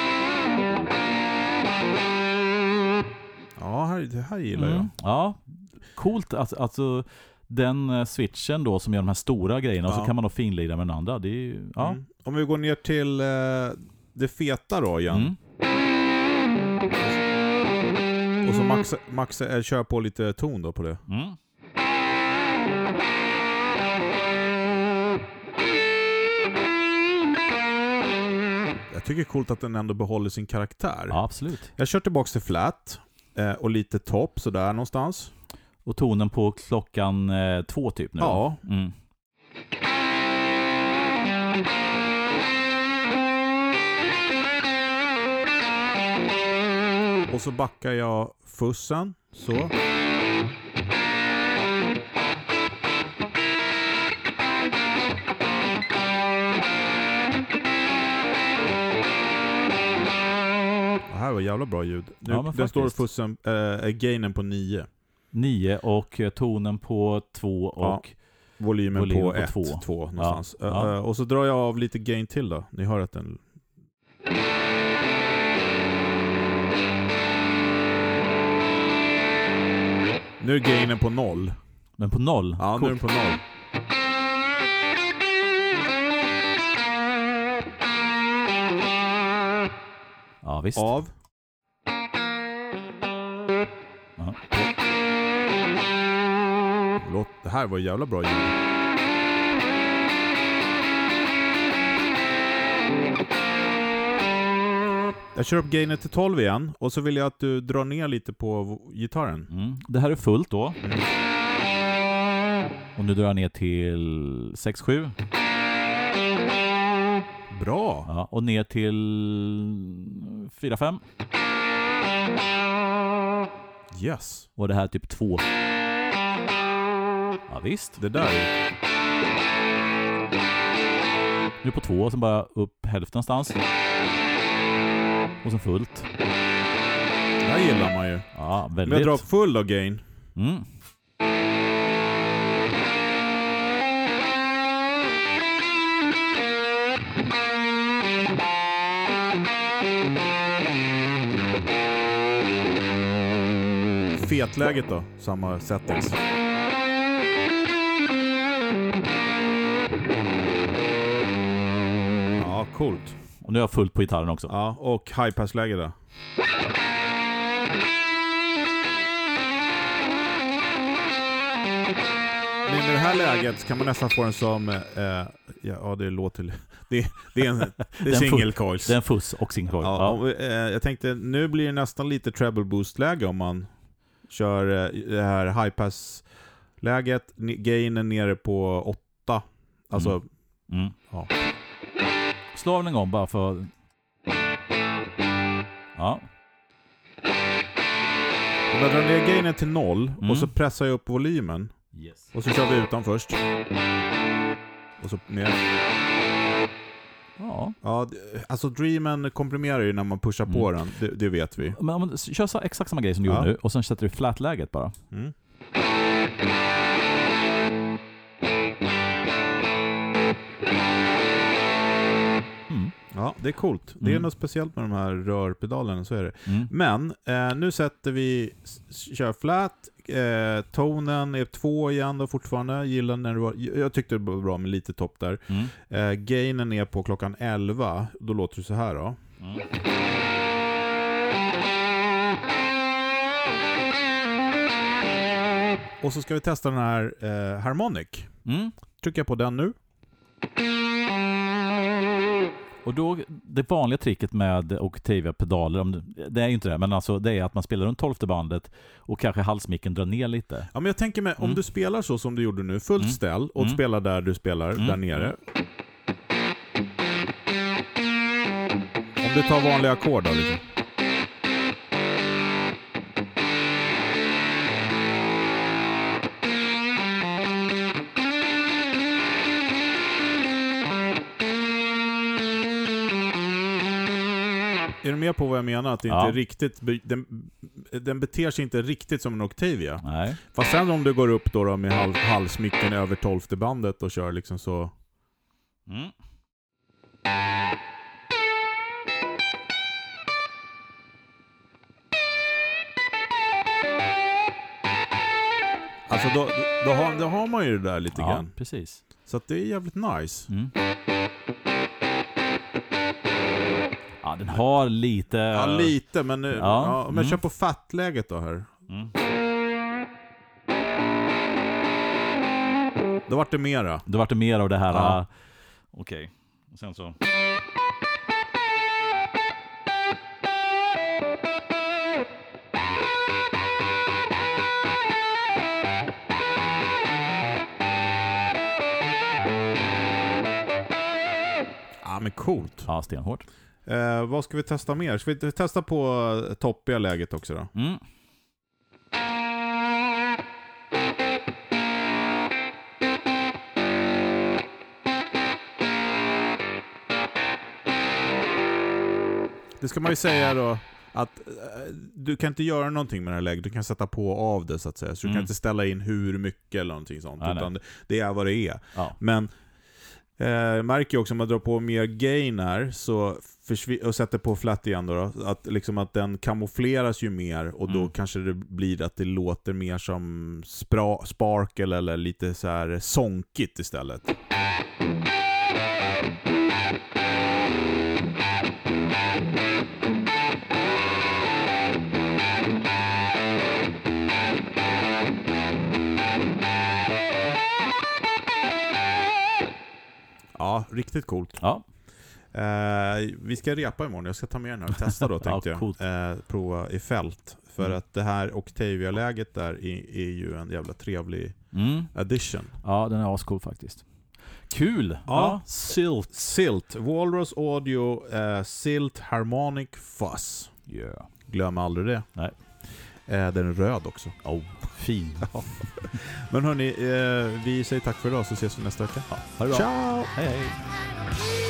Ja, här, det här gillar mm. jag. Ja, coolt att alltså den switchen då som gör de här stora grejerna, ja. Och så kan man då finlira med den andra. Det är, ja. Mm. Om vi går ner till eh, det feta då igen. Mm. Och så maxa, maxa, äh, kör på lite ton då på det. Mm. Jag tycker det är coolt att den ändå behåller sin karaktär. Ja, absolut. Jag kör tillbaka till flat eh, och lite topp så där någonstans. Och tonen på klockan eh, två typ nu. Ja. Mm. Och så backar jag fussen så. Det här var jävla bra ljud. Nu, ja, den står fussen, äh, gainen på nio. nio och tonen på två och ja. volymen, volymen på ett, två. två någonstans. Ja. Ja. Uh, och så drar jag av lite gain till då. Ni hör att den... Nu är gainen på noll. Men på noll? Ja, nu är den på noll. Ja, visst. Av. Ja. Det här var jävla bra ljud. Jag kör upp gainet till tolv igen. Och så vill jag att du drar ner lite på gitarren. Mm. Det här är fullt då. Mm. Och nu drar jag ner till sex sju. Bra. Ja, och ner till fyra fem. Yes. Och det här är typ två. Ja visst. Det där är... Nu på två och sen bara upp hälften någonstans. Och sen fullt. Det här gillar man ju. Ja, väldigt. Men jag drar full av gain. Mm. Fetläget då, samma settings. Ja, coolt. Och nu har jag fullt på gitarren också. Ja, och high-pass-läge då. Men i det här läget kan man nästan få den som eh, ja, det låter det, det är en det är single coils. Det är en fuss och single coil. Ja, Ja. och, eh, jag tänkte nu blir det nästan lite treble boost läge om man kör eh, det här high pass läget, gainen nere på åtta. Alltså Mm. Mm. ja. Slå av en gång bara för... Ja. Om jag drar ner gainen till noll Mm. och så pressar jag upp volymen. Yes. Och så kör vi utan först. Och så ner. Ja. Ja, alltså Dreamen komprimerar ju när man pushar på Mm. den. Det, det vet vi. Men om du kör så exakt samma grej som du Ja. gjorde nu och sen sätter du flat-läget bara. Mm. Mm. Ja, det är coolt. Det är Mm. något speciellt med de här rörpedalerna, så är det. Mm. Men eh, nu sätter vi, s- kör flat, eh, tonen är två igen då fortfarande. Gillar när det var, jag tyckte det var bra med lite topp där. Mm. Eh, gainen är på klockan elva, då låter det så här då. Mm. Och så ska vi testa den här eh, Harmonic. Mm. Trycker jag på den nu. Och då, det vanliga tricket med Octavia-pedaler, om det, det är ju inte det, men alltså det är att man spelar runt tolfte bandet och kanske halsmicken drar ner lite. Ja, men jag tänker mig, om Mm. du spelar så som du gjorde nu, fullt Mm. ställ, och Mm. spelar där du spelar, Mm. där nere. Om du tar vanliga ackord då liksom. Är du med på vad jag menar? Att det Ja. inte är riktigt, den, den beter sig inte riktigt som en Octavia. Nej. Fast sen om du går upp då, då med halv, halsmicken över tolfte bandet och kör liksom så... Mm. Alltså då, då, har, då har man ju det där lite Ja, grann. precis. Så att det är jävligt nice. Mm. Ja, den har lite... Ja, lite, men nu, Ja, ja, om jag mm. kör på fattläget då här. Mm. Då vart det mera. Då vart det mer av det här... Ja. äh, Okej. Och sen så... Ja, men coolt. Ja, stenhårt. Eh, vad ska vi testa mer? Ska vi testa på toppiga läget också då? Mm. Det ska man ju säga då, att eh, du kan inte göra någonting med det här läget. Du kan sätta på och av det så att säga. Så du Mm. kan inte ställa in hur mycket eller någonting sånt. Nej, utan det är vad det är. Ja. Men eh, jag märker ju också om man drar på mer gain här så försvi- och sätter på flat igen då, då att, liksom att den kamoufleras ju mer och då Mm. kanske det blir att det låter mer som spra- sparkle eller lite så här sonkigt istället. Ja, riktigt coolt. Ja. Eh, vi ska repa imorgon. Jag ska ta med den här och testa då, tänkte Ja, coolt. jag. Eh, prova i fält. För Mm. att det här Octavia-läget där är, är ju en jävla trevlig Mm. addition. Ja, den är ascool faktiskt. Kul! Ja, Ja. Silt. Silt. Walrus Audio eh, Silt Harmonic Fuzz. Yeah. Glöm aldrig det. Nej. Eh, den är röd också. Oh, fin. Men hörni, eh, vi säger tack för idag så ses vi nästa vecka. Ja, ha det bra. Ciao! Hej hej.